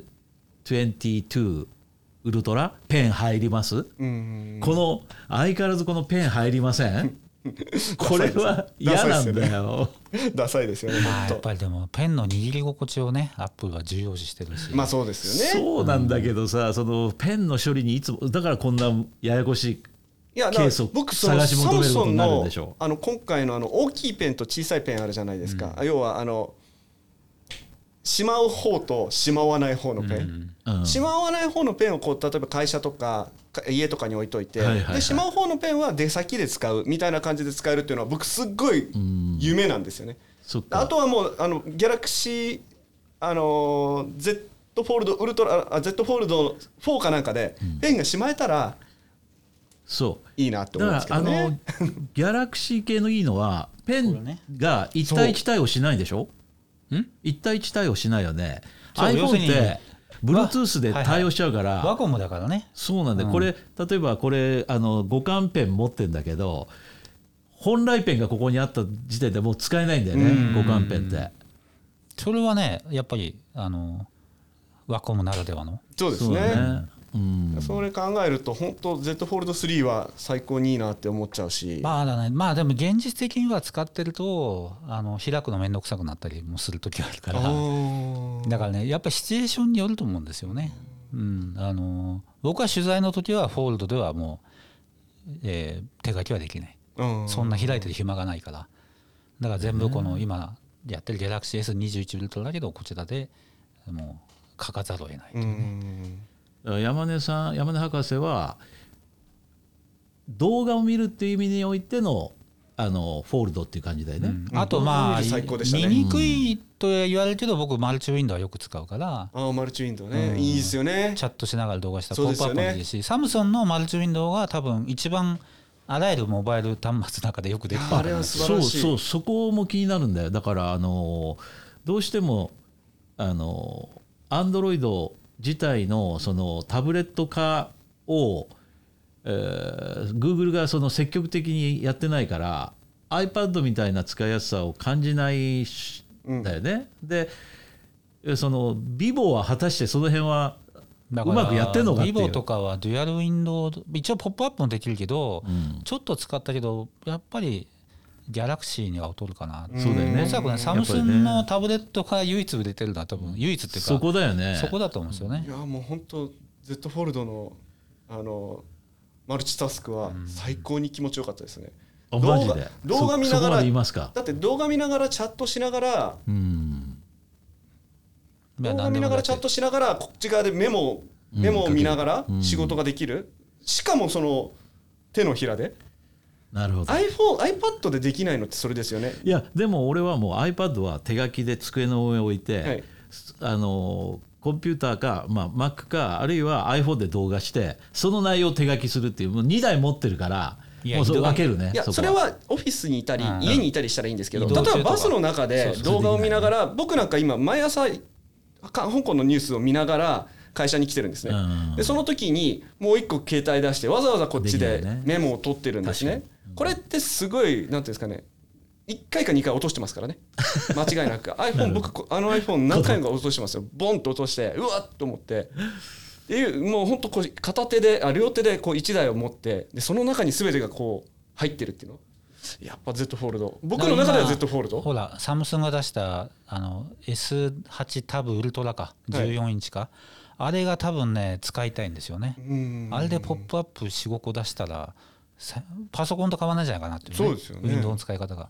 S22 ウルトラペン入ります、この相変わらずこのペン入りませんこれは嫌なんだよダサいですよね。 やっぱりでもペンの握り心地をねアップルは重要視してるしそうですよね。 そうなんだけどさ、ペンの処理にいつもだからこんなややこしいケースを探し求めることになるんでしょう。 今回の大きいペンと小さいペンあるじゃないですか、要はしまう方としまわない方のペン、しまわない方のペンを例えば会社とか家とかに置いといて、でしまう方のペンは出先で使うみたいな感じで使えるっていうのは僕すっごい夢なんですよね。あとはもうギャラクシーZ フォールドウルトラZ フォールド4かなんかでペンがしまえたらいいなって思うんですけどね。 ギャラクシー系のいいのはペンが1対1対応しないでしょ。1対1対応しないよね。 iPhone って Bluetooth で対応しちゃうから、 ワコムだからね。 そうなんで、これ例えばこれ互換ペン持ってんだけど本来ペンがここにあった時点でもう使えないんだよね、互換ペンって。 それはねやっぱりワコムならではの。 そうですね。それ考えると本当 Z フォールド3は最高にいいなって思っちゃうし、 でも現実的には使ってると開くの面倒くさくなったりもする時があるから、だからねやっぱりシチュエーションによると思うんですよね。僕は取材の時はフォールドではもう、手書きはできない、そんな開いてる暇がないから、だから全部この今やってる Galaxy S21 ウルトラだけどこちらでもう書かざるを得ないというね。 山根博士は動画を見るっていう意味においてのフォールドっていう感じだよね、 あとまあ、 最高でしたね。 見にくいと言われるけど僕マルチウィンドウはよく使うから、 マルチウィンドウね、いいですよね。 チャットしながら動画したらそうですよねポップアップもいいし、サムソンのマルチウィンドウが多分一番あらゆるモバイル端末の中でよくできてる。 あれは素晴らしい。 そこも気になるんだよ。だからどうしてもAndroid 自体のそのタブレット化を、Google がその積極的にやってないから iPad みたいな使いやすさを感じないんだよね、でその Vivo は果たしてその辺はうまくやってんのかっていう。 Vivo とかはデュアルウィンドウ、一応ポップアップもできるけど、ちょっと使ったけどやっぱりギャラクシーには劣るかな。 そうだよね。 おそらくねサムスンのタブレットが唯一売れてるのは多分唯一っていうかそこだよね。 そこだと思うんですよね。 いやもう本当 Z フォールドのマルチタスクは最高に気持ちよかったですね。 マジで動画見ながら、 言いますか。 だって動画見ながらチャットしながら、動画見ながらチャットしながらこっち側でメモを見ながら仕事ができる、しかもその手のひらで。 なるほど。 iPad でできないのってそれですよね。 いやでも俺はもう iPad は手書きで机の上に置いて、はい、コンピューターか、Mac かあるいは iPhone で動画してその内容を手書きするっていう、もう2台持ってるからもうそれ分けるね。 いやそれはオフィスにいたり家にいたりしたらいいんですけど、例えばバスの中で動画を見ながら、僕なんか今毎朝香港のニュースを見ながら会社に来てるんですね。でその時にもう一個携帯出してわざわざこっちでメモを取ってるんですね。これってすごいなんていうんですかね、1回か2回落としてますからね、間違いなくiPhone 僕iPhone 何回か落としてますよ。ボンと落としてうわっと思ってっていう、もう本当こう片手で両手でこう1台を持って、でその中に全てがこう入ってるっていうの、やっぱ Z フォールド、僕の中では Z フォールド。 ほらサムスンが出したS8 タブウルトラか14インチか、あれが多分ね使いたいんですよね。あれでポップアップ 4,5 個出したらパソコンと変わらないんじゃないかなっていうね。 そうですよね。 ウィンドウの使い方が。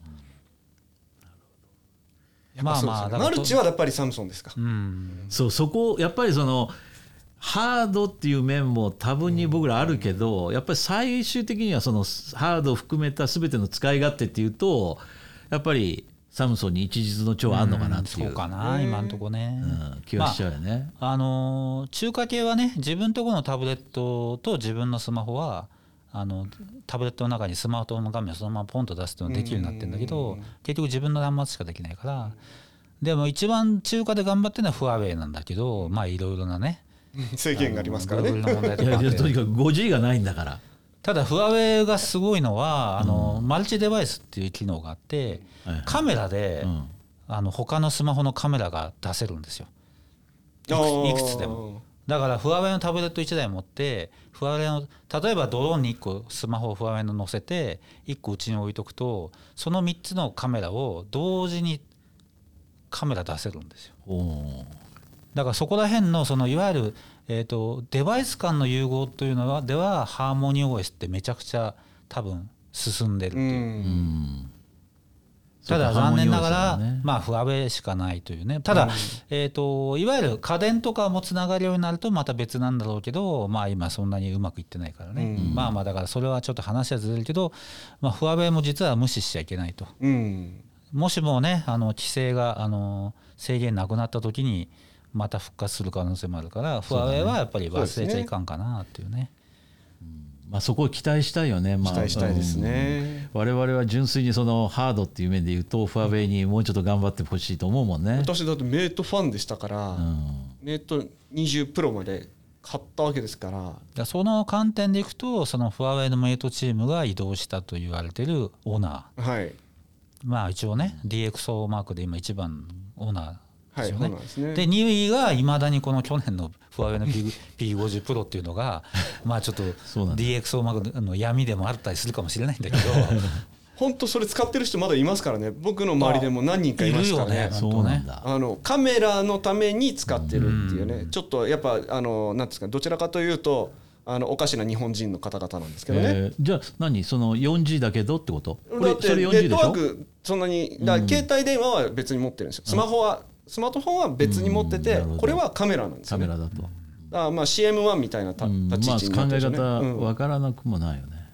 マルチはやっぱりサムソンですか。 そこやっぱりそのハードっていう面も多分に僕らあるけど、やっぱり最終的にはそのハードを含めた全ての使い勝手っていうとやっぱりサムソンに一日の長あるのかなっていう、 そうかな今のとこね、 気はしちゃうよね。 中華系はね自分とこのタブレットと自分のスマホはタブレットの中にスマートフォンの画面をそのままポンと出すっていうのができるようになってるんだけど、結局自分の端末しかできないから。でも一番中華で頑張ってるのはファーウェイなんだけど、まあいろいろなね制限がありますからね。 いやとにかく 5G がないんだから。 ただファーウェイがすごいのはマルチデバイスっていう機能があって、カメラで他のスマホのカメラが出せるんですよ、いくつでも。だからファーウェイのタブレット1台持ってファーウェイの例えばドローンに1個スマホをファーウェイの乗せて1個うちに置いとくと、その3つのカメラを同時にカメラ出せるんですよ。だからそこら辺のそのいわゆるデバイス間の融合というのはではハーモニー OS ってめちゃくちゃ多分進んでるっていう。ただ残念ながらまあファーウェイしかないというね。ただいわゆる家電とかもつながるようになるとまた別なんだろうけど、まあ今そんなにうまくいってないからね。まあだからそれはちょっと話はずれるけど、まあファーウェイも実は無視しちゃいけないと。もしもね規制が制限なくなった時にまた復活する可能性もあるから、ファーウェイはやっぱり忘れちゃいかんかなっていうね。 そこを期待したいよね。 期待したいですね。 我々は純粋にそのハードっていう面で言うとファーウェイにもうちょっと頑張ってほしいと思うもんね。 私だってメイトファンでしたから、メイト20プロまで買ったわけですから。 その観点でいくとそのファーウェイのメイトチームが移動したと言われてるオナー、 はい、 まあ一応ね DXO マークで今一番オナーですよね。 はい、 で2位がいまだにこの去年のファーウェイの P50 プロっていうのがまあちょっと DXO マークの闇でもあったりするかもしれないんだけど本当それ使ってる人まだいますからね。僕の周りでも何人かいますからね。 そうなんだ。 カメラのために使ってるっていうね、ちょっとやっぱなんですか、どちらかというとおかしな日本人の方々なんですけどね。 じゃあ何その 4G だけどってこと？ だってネットワークそんなに携帯電話は別に持ってるんですよ。スマートフォンは別に持ってて、これはカメラなんですよね。 カメラだと。 まあ CM1 みたいな立ち位置になってるんですよね。 考え方分からなくもないよね。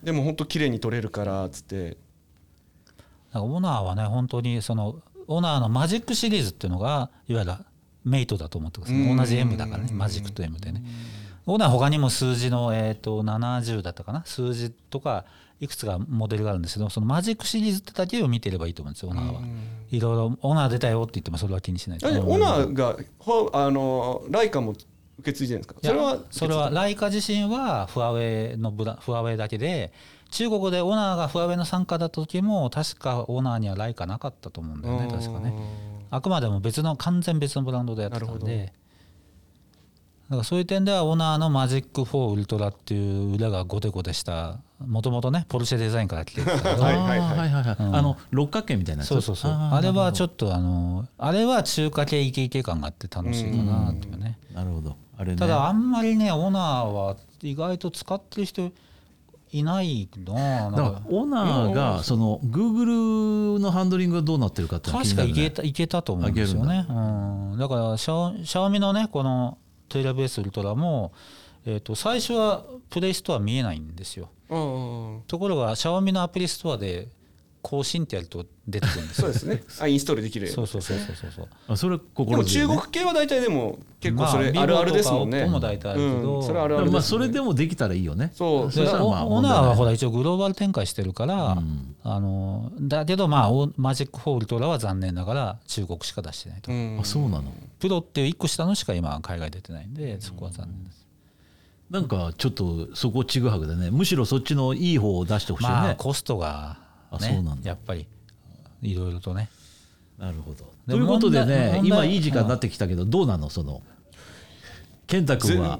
でも本当綺麗に撮れるからっつって。 オナーはね本当にそのオナーのマジックシリーズっていうのがいわゆるメイトだと思ってください。同じ M だからね、マジックと M でね。オナー他にも数字の70だったかな、数字とかいくつかモデルがあるんですけど、そのマジックシリーズってだけを見てればいいと思うんですよ。オナーはいろいろオナー出たよって言ってもそれは気にしないと。 オナーがライカも受け継いでるんですか？ それはライカ自身はファーウェイだけで、中国でオナーがファーウェイの参加だった時も確かオナーにはライカなかったと思うんだよね、確かね。あくまでも完全別のブランドでやってたんで、だからそういう点ではオナーのマジック4ウルトラっていう裏がゴテゴテした、もともとねポルシェデザインから来てるから六角形みたいなやつ。 そうあれはちょっとあれは中華系イケイケ感があって楽しいかなっていうね。 なるほど。あれね、 ただあんまりねオナーは意外と使ってる人いないな。 だからオナーがその Google のハンドリングがどうなってるかって気になるね。 確かいけたと思うんですよね。だからシャオミのねこの12S ウルトラも、最初はプレイストア見えないんですよ。ところがシャオミのアプリストアで更新ってやると出てくるんですよ。 そうですね。インストールできるよ。 そうそれ心強いね。 でも中国系は大体でも結構それあるあるですもんね。 も大体あるけど、 それあるあるですね。 それでもできたらいいよね。 オナーはほら一応グローバル展開してるから、だけどマジック4ウルトラは残念ながら中国しか出してないと。 あ、そうなの。 プロっていう1個下のしか今海外出てないんで、そこは残念です。 なんかちょっとそこちぐはぐでね、むしろそっちのいい方を出してほしいね。 コストがね、やっぱりいろいろとね。 なるほど。ということでね、今いい時間になってきたけど、どうなのその健太君は。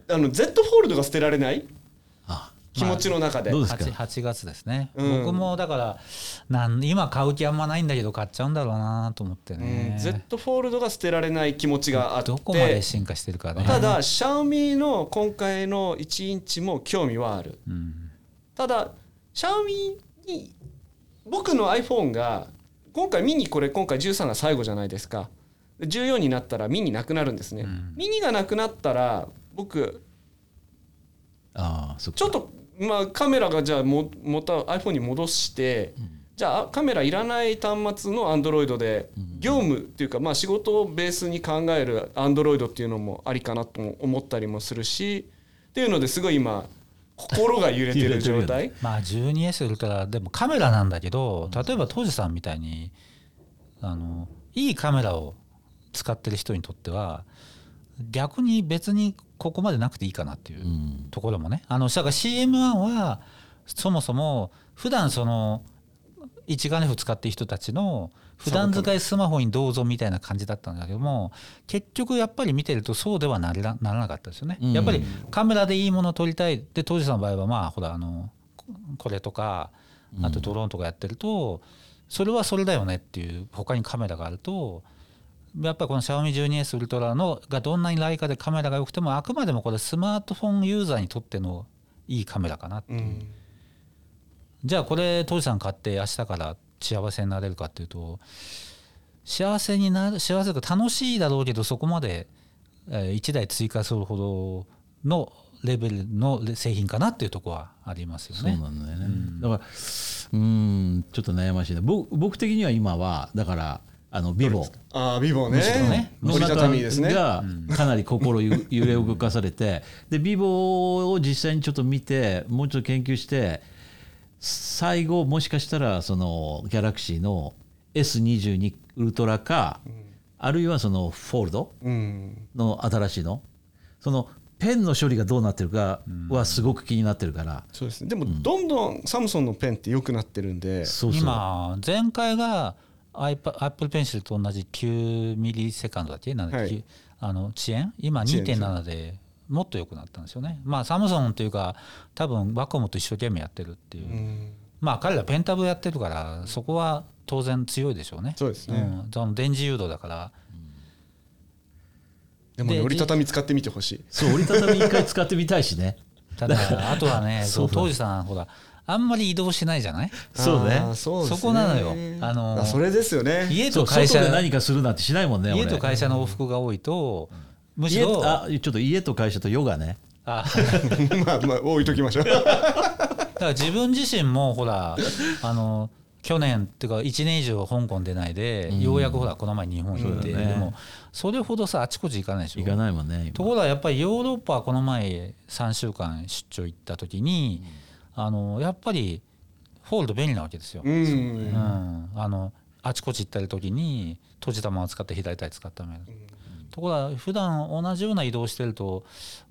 Z フォールドが捨てられない気持ちの中で。 どうですか。 8月ですね。僕もだから今買う気あんまないんだけど買っちゃうんだろうなと思ってね。 Z フォールドが捨てられない気持ちがあって、 どこまで進化してるかね。 ただシャオミの今回の1インチも興味はある。ただシャオミに僕の iPhone が今回13が最後じゃないですか。14になったらミニなくなるんですね。ミニがなくなったら僕ちょっとカメラがじゃあiPhone に戻して、じゃあカメラいらない端末の Android で業務っていうか仕事をベースに考える Android っていうのもありかなと思ったりもするしっていうのですごい今心が揺れてる状態。 12S ウルトラでもカメラなんだけど、例えば当時さんみたいにいいカメラを使ってる人にとっては逆に別にここまでなくていいかなっていうところもね。だから CM1 はそもそも普段その一眼レフ使ってる人たちの普段使いスマホにどうぞみたいな感じだったんだけども、結局やっぱり見てるとそうではならなかったですよね。やっぱりカメラでいいものを撮りたいで、当時さんの場合はほらこれとかあとドローンとかやってるとそれはそれだよねっていう、他にカメラがあるとやっぱりこの Xiaomi 12S ウルトラがどんなにライカでカメラが良くてもあくまでもこれスマートフォンユーザーにとってのいいカメラかなっていう。じゃあこれ当時さん買って明日から幸せになれるかっていうと、幸せとか楽しいだろうけどそこまで1台追加するほどのレベルの製品かなっていうところはありますよね。 そうなんだよね。だからちょっと悩ましいね。僕的には今はだからビボビボね、折りたたみですねがかなり心揺れ動かされて、でビボを実際にちょっと見てもうちょっと研究して、最後もしかしたらそのギャラクシーの S22 ウルトラか、あるいはそのフォールドの新しいの、そのペンの処理がどうなってるかはすごく気になってるから。 そうですね。でもどんどんサムソンのペンって良くなってるんで、 今前回がApple Pencil と同じ9ミリセカンドだっけ、遅延今 2.7 でもっと良くなったんですよね。サムソンというか多分ワコムと一生懸命やってるっていう、彼らペンタブやってるからそこは当然強いでしょうね。 そうですね。 電磁誘導だから。 でも折りたたみ使ってみてほしい。 そう、折りたたみ一回使ってみたいしね。 ただあとはね当時さんほらあんまり移動しないじゃない。 そうね。 そこなのよ。 それですよね。 家と会社で何かするなんてしないもんね。 家と会社の往復が多いと、むしろちょっと家と会社とヨガね。 置いときましょう。 から自分自身もほら去年っていうか1年以上香港出ないで、ようやくほらこの前日本行って、でもそれほどさあちこち行かないでしょ。 行かないもんね。 ところがやっぱりヨーロッパはこの前3週間出張行った時に、やっぱりホールド便利なわけですよ。あちこち行ったり時に閉じたまま使って左手使っため、ところが普段同じような移動してると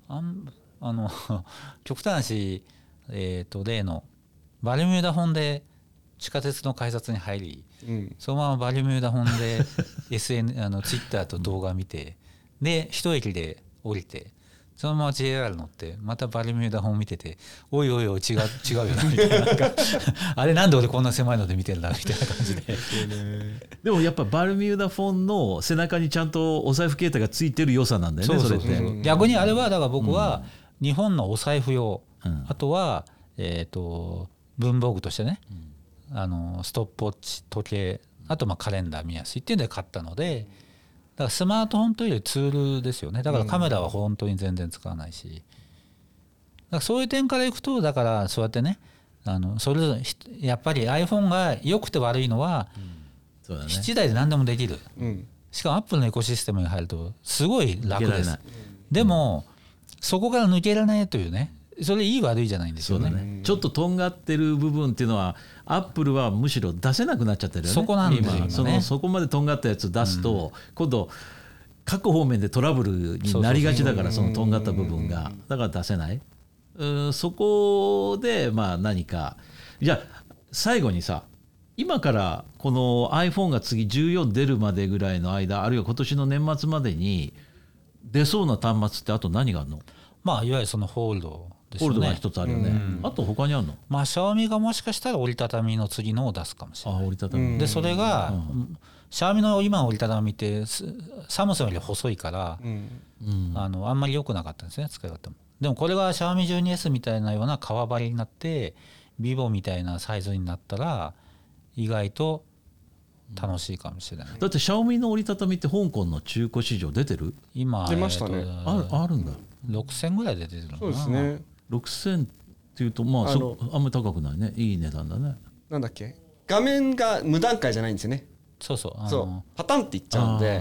極端な話、例のバルミューダ本で地下鉄の改札に入り、そのままバルミューダ本でツイッターと動画見て、で一駅で降りてそのまま JR 乗ってまたバルミューダ本見てて、おいおいおい違うよなみたいな、なんかあれなんで俺こんな狭いので見てるんだみたいな感じででもやっぱバルミューダフォンの背中にちゃんとお財布携帯がついてる良さなんだよね。それって逆にあれはだから僕は日本のお財布用、あとは文房具としてね、ストップウォッチ、時計、あとカレンダー見やすいっていうので買ったので、だからスマートフォンというよりツールですよね。だからカメラは本当に全然使わないし、だからそういう点からいくと、だからそうやってね、それぞれやっぱり iPhone が良くて悪いのは、 そうだね、 7台で何でもできる、しかも Apple のエコシステムに入るとすごい楽です。でも、そこから抜けられないというね、それいい悪いじゃないんですよ ね。 ちょっととんがってる部分っていうのはアップルはむしろ出せなくなっちゃってるよね。 そこなんですよね。 そこまでとんがったやつ出すと、今度各方面でトラブルになりがちだから、そのとんがった部分がだから出せない。そこで何か、じゃあ最後にさ、今からこの iPhone が次14出るまでぐらいの間、あるいは今年の年末までに出そうな端末ってあと何があるの？ いわゆるそのホールドですよね。 ホールドが一つあるよね。あと他にあるの？ シャオミがもしかしたら折りたたみの次のを出すかもしれない。 折りたたみ。 でそれが、シャオミの今の折りたたみってサムソンより細いから、あんまり良くなかったんですね、使い方も。でもこれがシャオミ 12S みたいなような革張りになってビボみたいなサイズになったら意外と楽しいかもしれない。 だってシャオミの折りたたみって香港の中古市場出てる？ 今出ましたね。 あるんだ。 6000ぐらいで出てるのかな。 そうですね。 6000っていうとあんまり高くないね。いい値段だね。 なんだっけ、画面が無段階じゃないんですよね。 そうパタンっていっちゃうんで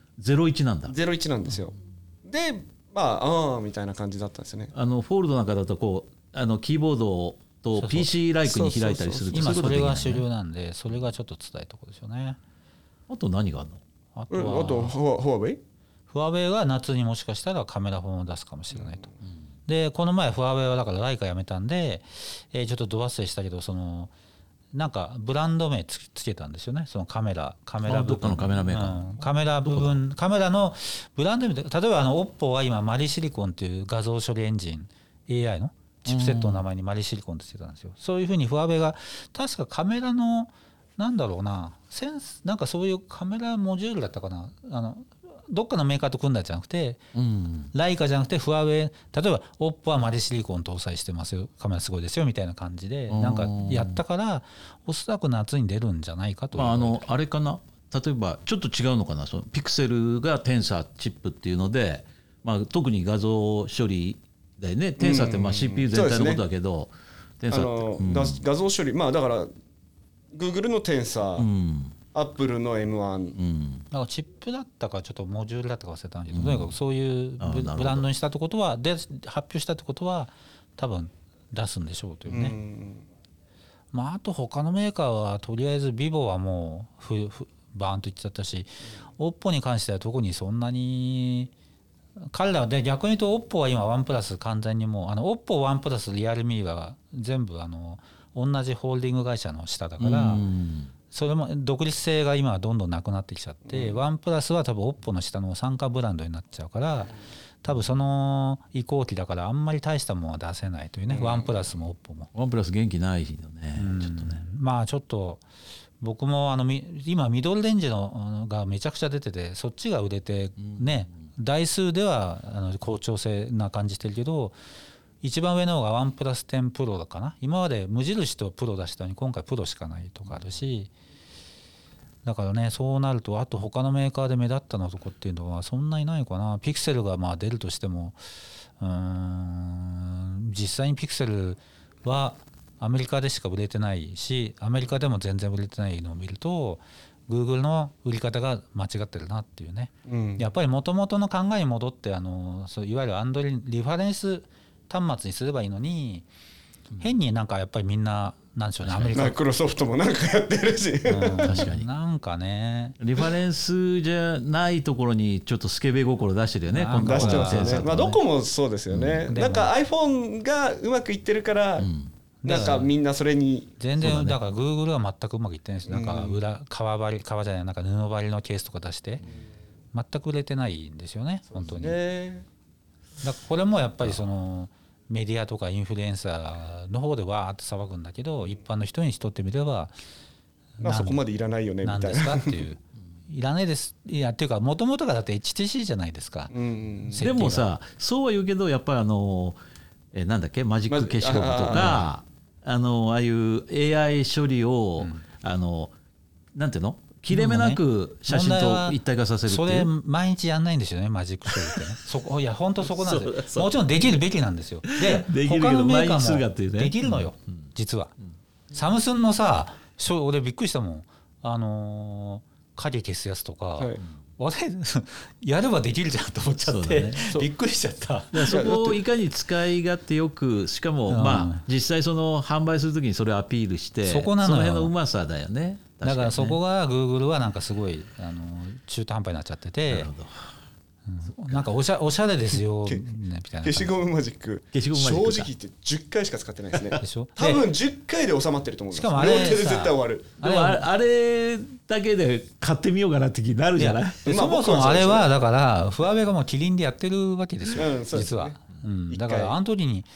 01なんだ。 01なんですよ。でみたいな感じだったんですよね。 フォールドなんかだとこうキーボードと PC ライクに開いたりすると、 今それが主流なんで、それがちょっと伝えたことですよね。 あと何があるの？ あとフォアウェイが夏にもしかしたらカメラフォンを出すかもしれないと。でこの前フォアウェイはだからライカやめたんで、ちょっとど忘れしたけど、なんかブランド名つけたんですよね。そのカメラ部分、 どっかのカメラメーカー、 カメラ部分、カメラのブランド名で、例えばOPPOは今マリシリコンっていう画像処理エンジン AI のチップセットの名前にマリシリコンってつけたんですよ。そういうふうにフォアウェイが確かカメラのなんだろうな、なんかそういうカメラモジュールだったかな、どっかのメーカーと組んだんじゃなくて、ライカじゃなくてフォアウェイ、例えばOPPOはマリシリコン搭載してますよ、カメラすごいですよみたいな感じでなんかやったから、おそらく夏に出るんじゃないかと。 あれかな、例えばちょっと違うのかな、そのピクセルがテンサーチップっていうので、特に画像処理でね、テンサーってCPU 全体のことだけど、テンサー画像処理、だから Google のテンサー、アップルの M1、 なんかチップだったかちょっとモジュールだったか忘れたんだけど、とにかくそういうブランドにしたってことは、で発表したってことは多分出すんでしょうというね。あと他のメーカーはとりあえず vivo はもうバーンといっちゃったし、 OPPO に関しては特にそんなに彼らで、逆に言うと OPPO は今ワンプラス完全にもうOPPO ワンプラスリアルミーは全部同じホールディング会社の下だから、それも独立性が今はどんどんなくなってきちゃって、ワンプラスは多分 OPPO の下の傘下ブランドになっちゃうから、多分その移行期だからあんまり大したものは出せないというね、ワンプラスも OPPO も。 ワンプラス元気ないよね、ちょっとね。 ちょっと僕も今ミドルレンジのがめちゃくちゃ出てて、そっちが売れてね、台数では好調性な感じしてるけど、一番上の方がワンプラス10プロだかな。今まで無印とプロ出したのに今回プロしかないとかあるし、だからね、そうなるとあと他のメーカーで目立ったのとこっていうのはそんなにないかな。ピクセルが出るとしても、実際にピクセルはアメリカでしか売れてないしアメリカでも全然売れてないのを見ると Google の売り方が間違ってるなっていうね、やっぱり元々の考えに戻ってそういわゆるリファレンス端末にすればいいのに、変になんかやっぱりみんななんでしょうね、アメリカマイクロソフトもなんかやってるし、 確かになんかねリファレンスじゃないところにちょっとスケベ心出してるよね。 出してますよね。まあどこもそうですよね。なんか iPhone がうまくいってるから、なんかみんなそれに全然だから Google は全くうまくいってないです。なんか革じゃないなんか布張りのケースとか出して全く売れてないんですよね本当に。だからこれもやっぱりそのメディアとかインフルエンサーの方でわーって騒ぐんだけど、一般の人にとってみればまあそこまでいらないよねみたいな。 何ですかっていういらないです。いやっていうか元々がだって HTC じゃないですか。 でもさそうは言うけどやっぱりなんだっけマジック消しゴムとかああいう AI 処理を、なんていうの切れ目なく写真と一体化させるっていう、 それ毎日やんないんですよねマジック処理ってねいや本当そこなんですよ。もちろんできるべきなんですよ。で他のメーカーもできるのよ、実は。サムスンのさ俺びっくりしたもん影消すやつとか、あれやればできるじゃんと思っちゃって、びっくりしちゃった。 そこをいかに使い勝手よくしかもまあ実際その販売するときにそれをアピールしてその辺のうまさだよね。 だからそこが Google はなんかすごい中途半端になっちゃってて、なんかおしゃれですよみたいな。 消しゴムマジック正直言って10回しか使ってないですね。 でしょ。 多分10回で収まってると思うんです。 しかもあれ両手で絶対終わる。 でもあれだけで買ってみようかなって気になるじゃない。 そもそもあれはだからフワウェイがもうキリンでやってるわけですよ、実は。だからあの時に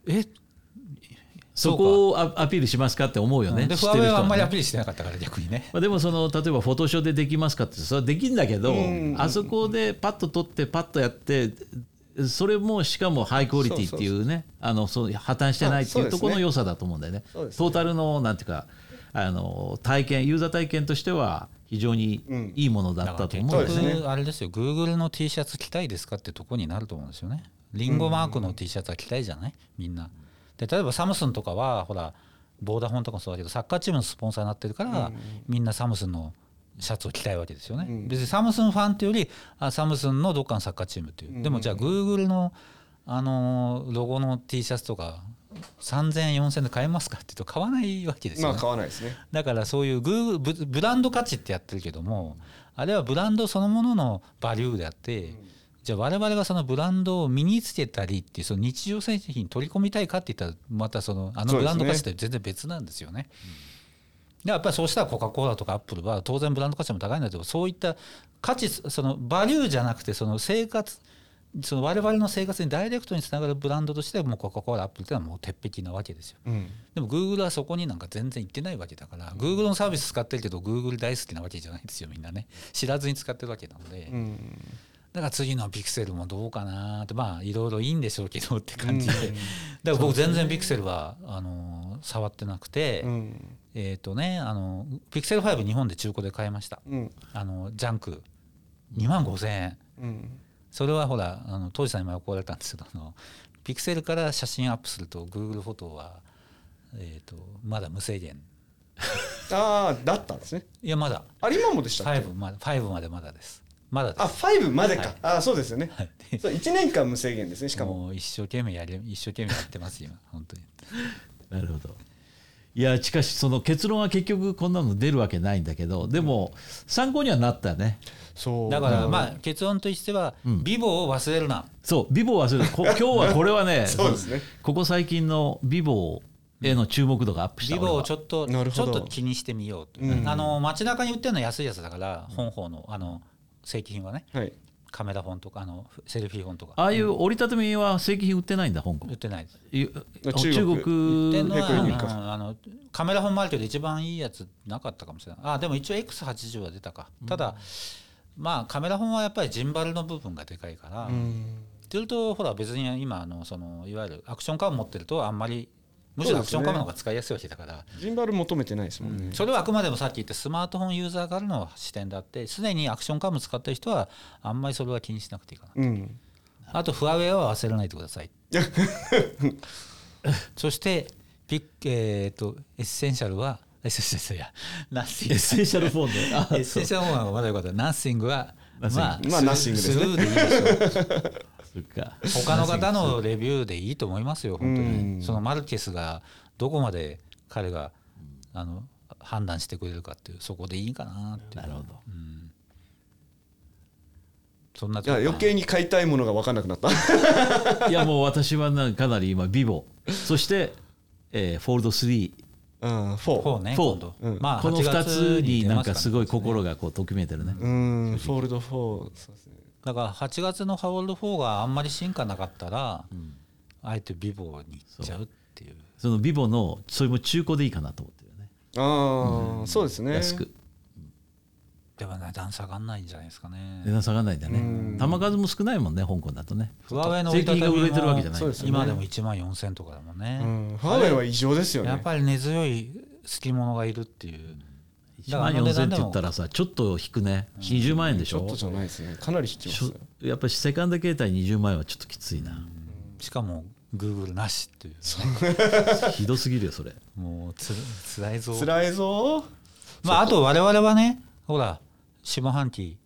そこをアピールしますかって思うよね。 でフワウェイはあんまりアピールしてなかったから逆にね。 でも例えばフォトショーでできますかってそれはできるんだけど、あそこでパッと撮ってパッとやってそれもしかもハイクオリティっていうね破綻してないっていうところの良さだと思うんだよね。トータルのなんていうか体験ユーザー体験としては非常にいいものだったと思うんですね。 あれですよ Google の T シャツ着たいですかってとこになると思うんですよね。リンゴマークの T シャツは着たいじゃないみんな。で例えばサムスンとかはほらボーダフォンとかもそうだけどサッカーチームのスポンサーになってるから、みんなサムスンのシャツを着たいわけですよね。別にサムスンファンっていうよりサムスンのどっかのサッカーチームっていう。でもじゃあ Google のロゴの T シャツとか3000円4000円で買えますかって言うと買わないわけですよね。 まあ買わないですね。 だからそういうブランド価値ってやってるけども、あれはブランドそのもののバリューであって、じゃあ我々がそのブランドを身につけたりっていうその日常製品に取り込みたいかって言ったらまたブランド価値って全然別なんですよね。でやっぱりそうしたらコカ・コーラとかアップルは当然ブランド価値も高いんだけど、そういった価値バリューじゃなくて生活我々の生活にダイレクトにつながるブランドとしてもうコカ・コーラアップルっていうのはもう鉄壁なわけですよ。でも Google はそこになんか全然行ってないわけだから、Google のサービス使ってるけど Google 大好きなわけじゃないですよみんなね。知らずに使ってるわけなので、だから次のピクセルもどうかなってまあいろいろいいんでしょうけどって感じで、だから僕全然ピクセルは触ってなくて、ピクセル5日本で中古で買いました。ジャンク25,000円。それはほら当時さんに前怒られたんですけどピクセルから写真アップすると Google フォトは、まだ無制限。 だったんですね。 いやまだ今もでしたっけ。 5までまだです。まだです。 5までか。そうですよね。そう1年間無制限ですね。しかも一生懸命やってます今本当に。 なるほど。いやしかしその結論は結局こんなの出るわけないんだけど、でも参考にはなったね。 だからまあ結論としてはビボを忘れるな。 そうビボを忘れる。今日はこれはねそうですね。ここ最近のビボへの注目度がアップした。 ビボをちょっと気にしてみようと。街中に売ってるのは安いやつだから本邦の正規品はね。カメラフォンとかセルフィーフォンとか、 ああいう折りたたみは正規品売ってないんだ香港。 売ってないです。 中国売ってんのはカメラフォンもあるけど一番いいやつなかったかもしれない。でも一応 X80 は出たか。ただまあカメラフォンはやっぱりジンバルの部分がでかいから。っていうとほら別に今いわゆるアクションカム持ってるとあんまりむしろアクションカムの方が使いやすいわけだから、 ジンバル求めてないですもんね。 それはあくまでもさっき言ったスマートフォンユーザーからの視点であって、すでにアクションカム使ってる人はあんまりそれは気にしなくていいかな、あとフワウェイは忘れないでくださいそしてエッセンシャルはエッセンシャルやナッシングエッセンシャルフォンでエッセンシャルフォンはまだよかった。ナッシングはまあまあナッシングですねスルーでいいでしょう。 そっか他の方のレビューでいいと思いますよ本当うんに。そのマルケスがどこまで彼が判断してくれるかっていうそこでいいかなっていう。 なるほど、 そんな。 いや余計に買いたいものが分かんなくなったいやもう私はかなり今ビボそして、フォールド3 4 4ね 4 今度、 うんまあこの2つになんかすごい 8月に出ますからね心がこうときめいてるね、 フォールド4そうですねだから8月のフォールド4があんまり進化なかったら、あえてビボに行っちゃうっていう。 そのビボのそれも中古でいいかなと思ってるよねああ、そうですね安くでも値段下がんないんじゃないですかね。 値段下がらないんだね球数も少ないもんね香港だとねフワウェイの折りたたみ製品が売れてるわけじゃもないそうですよね今でも1万4000とかだもんね、 ファーウェイは異常ですよねやっぱり根強い好き者がいるっていう 1万4000って言ったらさちょっと引くね20万円でしょちょっとじゃないですねかなり引きますよやっぱりセカンド携帯20万円はちょっときついな、 しかも Google なしっていう、 ひどすぎるよそれもうつらいぞ。 辛いぞまああと我々はねほら下半期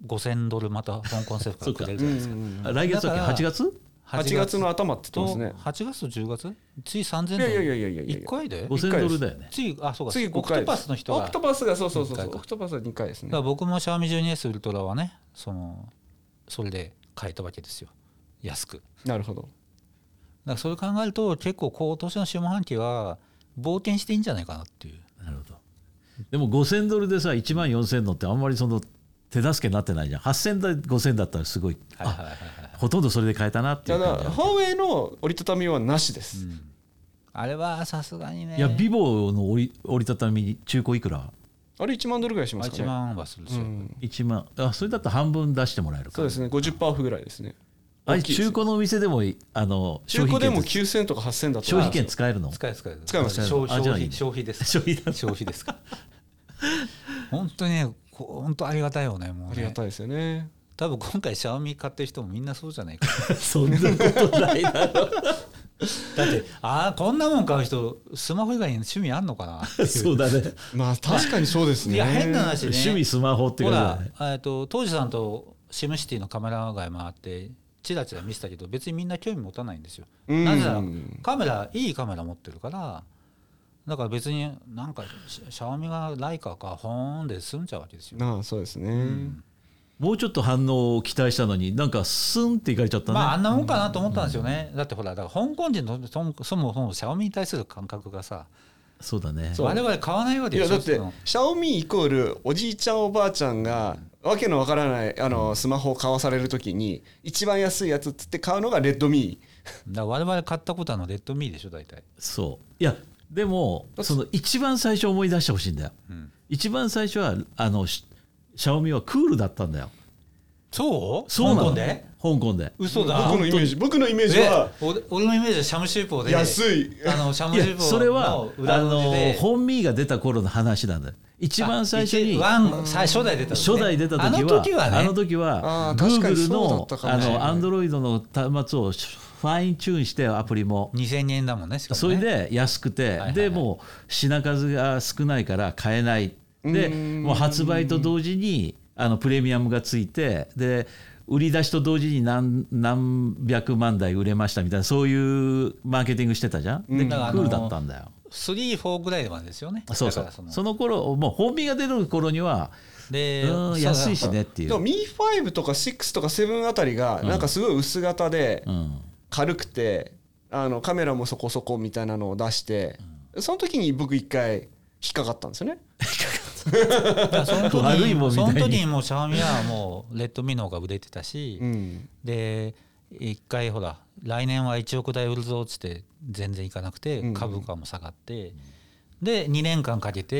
$5000また香港政府からくれるじゃないですか。 来月だっけだから 8月 8月の頭って言ってますね 8月と10月次3000 いやいやいやいやいや 1回で 5000ドルだよね次そうか次5回オクトパスの人がオクトパスがそう一回かオクトパスは2回ですねだから僕も Xiaomi12S ウルトラはねそれで買えたわけですよ安く。 なるほどだからそれ考えると結構今年の下半期は冒険していいんじゃないかなっていう。 なるほどでも5000ドルでさ1万4000のってあんまりその手助けになってないじゃん8000だ5000だったらすごい、ほとんどそれで買えたなっていう感じただファーウェイの折りたたみはなしです、 あれはさすがにねいやビボの折りたたみ中古いくらあれ1万ドルぐらいしますかね 1万はするでしょ、 1万それだったら半分出してもらえるかそうですね50%オフぐらいですねあれ中古のお店でも中古でも9000とか8000だと消費券使えるの使えます消あじゃあいいね費です消費だ消費ですか本当にね本当ありがたいよねもうねありがたいですよね多分今回シャオミ買ってる人もみんなそうじゃないかそんなことないだろだってこんなもん買う人スマホ以外に趣味あんのかなっていうそうだねまあ確かにそうですねいや変な話ね趣味スマホっていうほから当時さんとシムシティのカメラ街回ってチラチラ見せたけど別にみんな興味持たないんですよ。なぜならいいカメラ持ってるからだから別になんかシャオミがライカかホーンで済んじゃうわけですよ。 そうですね、 もうちょっと反応を期待したのになんかスンっていかれちゃったね、 まああんなもんかなと思ったんですよね。だってほらだから香港人のそもそもシャオミに対する感覚がさそうだね我々買わないわけでしょ。 いやだってシャオミイコールおじいちゃんおばあちゃんがわけのわからないスマホを買わされるときに一番安いやつっつって買うのがレッドミだから我々買ったことはレッドミーでしょ大体。 そういやでもその一番最初思い出してほしいんだよ、一番最初はシャオミはクールだったんだよ。 そうそうなの香港で香港で嘘だ僕のイメージは俺のイメージはシャムシューポーで安いシャムいやシューポーそれはの裏路地で本ミーが出た頃の話なんだよ。一番最初に初代出た時ね初代出た時はあの時は確かに Google そうだのったかもしれないアンドロイドの端末をファインチューンしてアプリも 2000円だもんねしかもね。 それで安くてでもう品数が少ないから買えないでもう発売と同時にプレミアムがついてで売り出しと同時に何百万台売れましたみたいなそういうマーケティングしてたじゃん。でクールだったんだよ。 3、4ぐらいまでですよね。 そうそうその頃もう本身が出る頃にはで安いしねっていう。 でも Mi5 とか6とか7あたりがなんかすごい薄型で軽くてカメラもそこそこみたいなのを出してその時に僕一回引っかかったんですよね。 その時にもうシャオミはもうレッドミノーが売れてたし、で一回ほら来年は1億台売るぞっつって全然いかなくて株価も下がって、で2年間かけて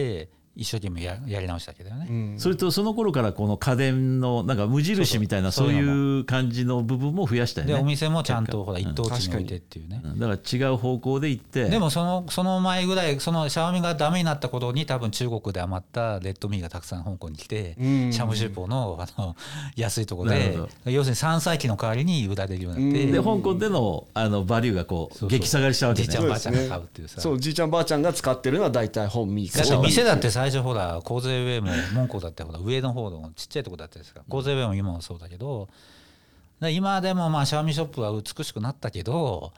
一生懸命やり直したけどね、 うん、 それとその頃からこの家電のなんか無印みたいなそういう感じの部分も増やしたよね。 でお店もちゃんとほら一等地に置いてっていうね、 だから違う方向で行って。 でもその前ぐらいそのシャオミがダメになった頃に多分中国で余ったレッドミーがたくさん香港に来て、シャムシューポの安いところで要するに3歳機の代わりに売られるようになって、 で香港でのバリューがこう激下がりしたわけね。 じいちゃんばあちゃんが買うっていうさ、 そうじいちゃんばあちゃんが使ってるのは大体本ミーだって店だって最初ほらコーズウェイも門戸だってほら上の方のちっちゃいとこだったですから、コーズウェイも今もそうだけど、今でもまあシャオミショップは美しくなったけど、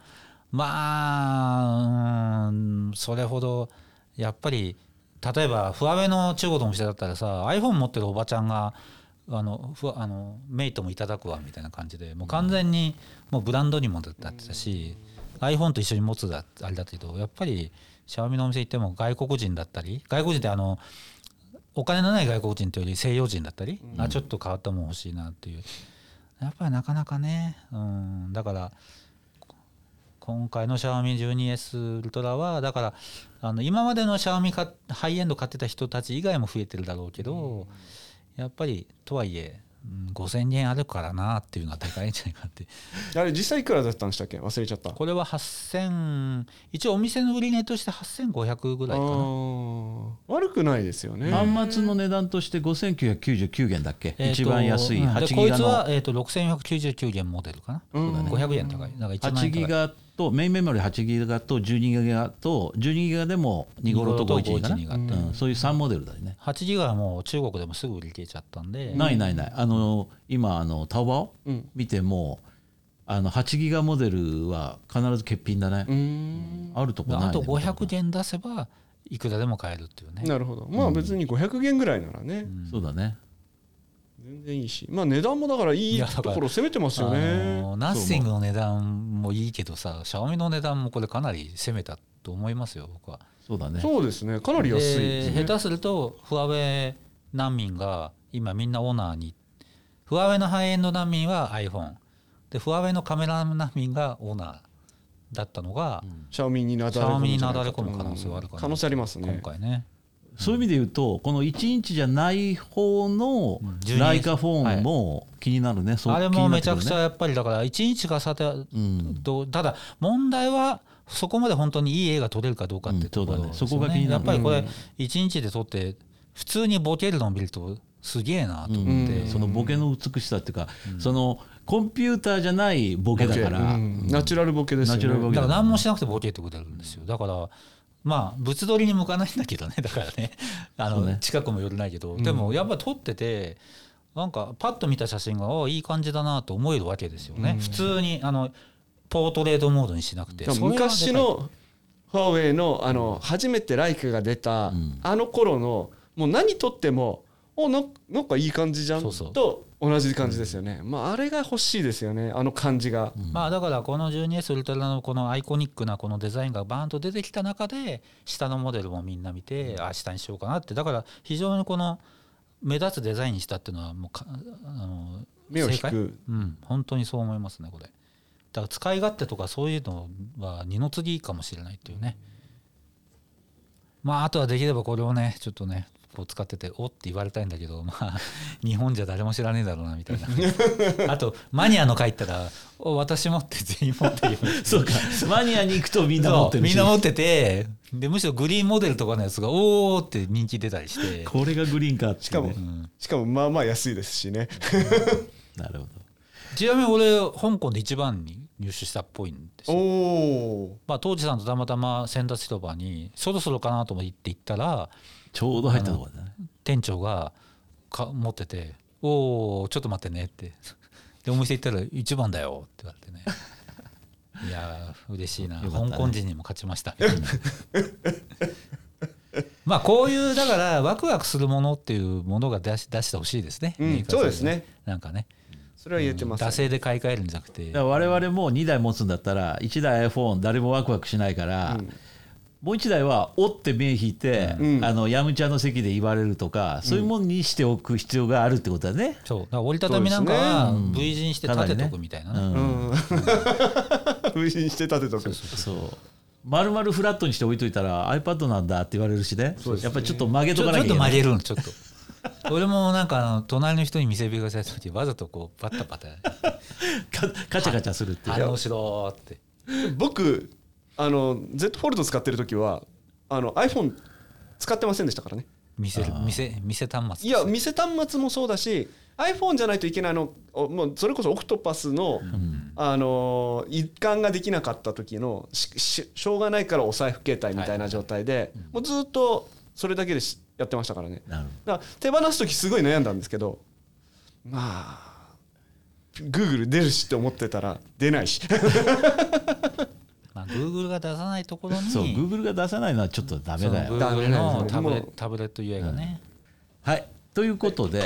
まあそれほどやっぱり例えばフワウェイの中国のお店だったらさ iPhone 持ってるおばちゃんがメイトもいただくわみたいな感じでもう完全にもうブランドにもなってたし、iPhone と一緒に持つあれだけど、やっぱりシャオミのお店行っても外国人だったり、外国人ってお金のない外国人というより西洋人だったり、ちょっと変わったもん欲しいなっていう、やっぱりなかなかね、だから今回のシャオミ 12S ウルトラはだから今までのシャオミハイエンド買ってた人たち以外も増えてるだろうけど、やっぱりとはいえ5000円あるからなっていうのはでかいんじゃないかって。 あれ実際いくらだったんでしたっけ、忘れちゃった。 これは8000、一応お店の売り値として8500ぐらいかな。 悪くないですよね。 端末の値段として5999元だっけ、一番安い8ギガの。 こいつは6499元モデルかな、500円高い。だから1万円高い。 8ギガとメインメモリ8ギガと12ギガと12ギガでも2頃と51ギガな、そういう3モデルだよね。 8ギガはもう中国でもすぐ売り切れちゃったんで。 ない今タオバオ見ても8ギガモデルは必ず欠品だね。あるとこないね。 あと500元出せばいくらでも買えるっていうね。 なるほど。まあ別に500元ぐらいならね、 そうだね、 全然いいし、まあ値段もだからいいところ攻めてますよね。 ナッシングの値段もいいけどさ、シャオミの値段もこれかなり攻めたと思いますよ僕は。 そうだね。 そうですね、かなり安いですね。 下手するとフワウェイ難民が今みんなオーナーに、フワウェイのハイエンド難民は iPhone で、フワウェイのカメラ難民がオーナーだったのが、 シャオミになだれ込む可能性があるから、 可能性ありますね今回ね。 そういう意味で言うとこの1インチじゃない方のライカフォンも気になるね。 あれもめちゃくちゃやっぱりだから1インチがさて、ただ問題はそこまで本当にいい絵が撮れるかどうかってところですよね。 そこが気になる。 やっぱりこれ1インチで撮って普通にボケるのを見るとすげえなと思って、 そのボケの美しさっていうか、そのコンピューターじゃないボケだから、 ナチュラルボケですよね。 だから何もしなくてボケてくれるんですよ。だからまあ物撮りに向かないんだけどね、だからね近くも寄れないけど、でもやっぱ撮っててなんかパッと見た写真がいい感じだなと思えるわけですよね、普通にポートレートモードにしなくて。 昔のファーウェイの初めてライカが出た頃のもう何撮ってもなんかいい感じじゃんと同じ感じですよね。まああれが欲しいですよね、感じが。 まあだからこの 12S ウルトラのこのアイコニックなこのデザインがバーンと出てきた中で下のモデルもみんな見て下にしようかなって、だから非常にこの目立つデザインにしたっていうのはもう目を引く、 本当にそう思いますねこれ。だから使い勝手とかそういうのは二の次かもしれないっていうね。まああとはできればこれをねちょっとねこう使ってておって言われたいんだけど、まあ日本じゃ誰も知らねえだろうなみたいなあとマニアの書いたら私もって全員持ってるそうか、マニアに行くとみんな持ってるし、 みんな持ってて、でむしろグリーンモデルとかのやつがおーって人気出たりして、 これがグリーンかって、ね、 しかもまあまあ安いですしねなるほど。 ちなみに俺香港で一番に入手したっぽいんですよ。まあ当時さんとたまたま先達広場にそろそろかなと思って行ったらちょうど入ったところだね。 店長が持ってて「おおちょっと待ってね」ってでお店行ったら「一番だよ」って言われてねいや嬉しいな、ね、香港人にも勝ちましたまあこういうだからワクワクするものっていうものが出してほしいですね、 そうですね。 なんかねそれは言えてます、ね、 惰性で買い替えるんじゃなくて、 我々も2台持つんだったら1台 iPhone 誰もワクワクしないから、もう1台はおって目引いて、ヤムチャの席で言われるとか、そういうものにしておく必要があるってことだね。 そうだから折りたたみなんかは V 字にして立てとくみたいなね、 V 字にして立てとく。 そう丸々フラットにして置いといたら iPad なんだって言われるしね。やっぱりちょっと曲げちょっとかなきゃいけない。 と曲げるのちょっと俺もなんか隣の人に見せびらされた時わざとこうパタパタカチャカチャするっていう。 反応しろって。 僕Z フォルト使ってる時はiPhone 使ってませんでしたからね。 見せ端末。 いや見せ端末もそうだし iPhone じゃないといけないもうそれこそオクトパスの、一貫ができなかった時のしょうがないからお財布携帯みたいな状態で、もうずっとそれだけでやってましたからね。だから手放す時すごい悩んだんですけど、まあ Google 出るしって思ってたら出ないしまあ Google が出さないところにそう Google が出さないのはちょっとダメだよ。 Google のタブレット UI がね、 はいということで、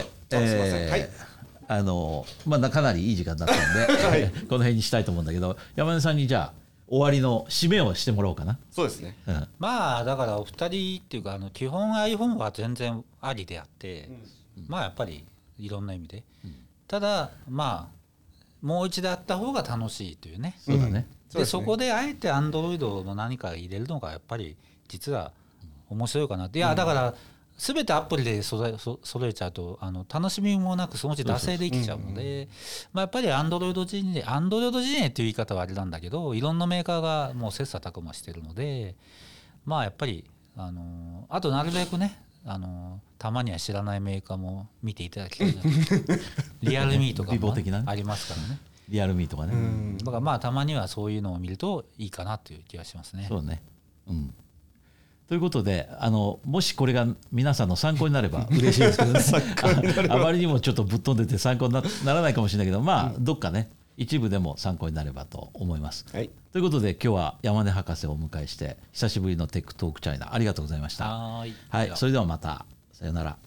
まあ、かなりいい時間だったんで、この辺にしたいと思うんだけど、山根さんにじゃあ終わりの締めをしてもらおうかな。 そうですね、 まあだからお二人っていうか基本 iPhone は全然ありであって、まあやっぱりいろんな意味で、ただまあもう一度やった方が楽しいというね。 そうだね。 でそこであえて Android の何か入れるのがやっぱり実は面白いかなって。いやだから全てアプリで揃えちゃうと楽しみもなくそのうち惰性できちゃうので、まあ、やっぱり Android 陣営っていう言い方はあれなんだけど、いろんなメーカーがもう切磋琢磨してるので、まあやっぱりあとなるべくねたまには知らないメーカーも見ていただきたいなリアルミーとかもありますからね。 リアルミーとかね。 だからまあたまにはそういうのを見るといいかなという気がしますね。 そうね。ということでもしこれが皆さんの参考になれば嬉しいですけどねあまりにもちょっとぶっ飛んでて参考にならないかもしれないけど、まあどっかね一部でも参考になればと思います。ということで今日は山根博士をお迎えして久しぶりのテックトークチャイナありがとうございました。はい、それではまたさよなら。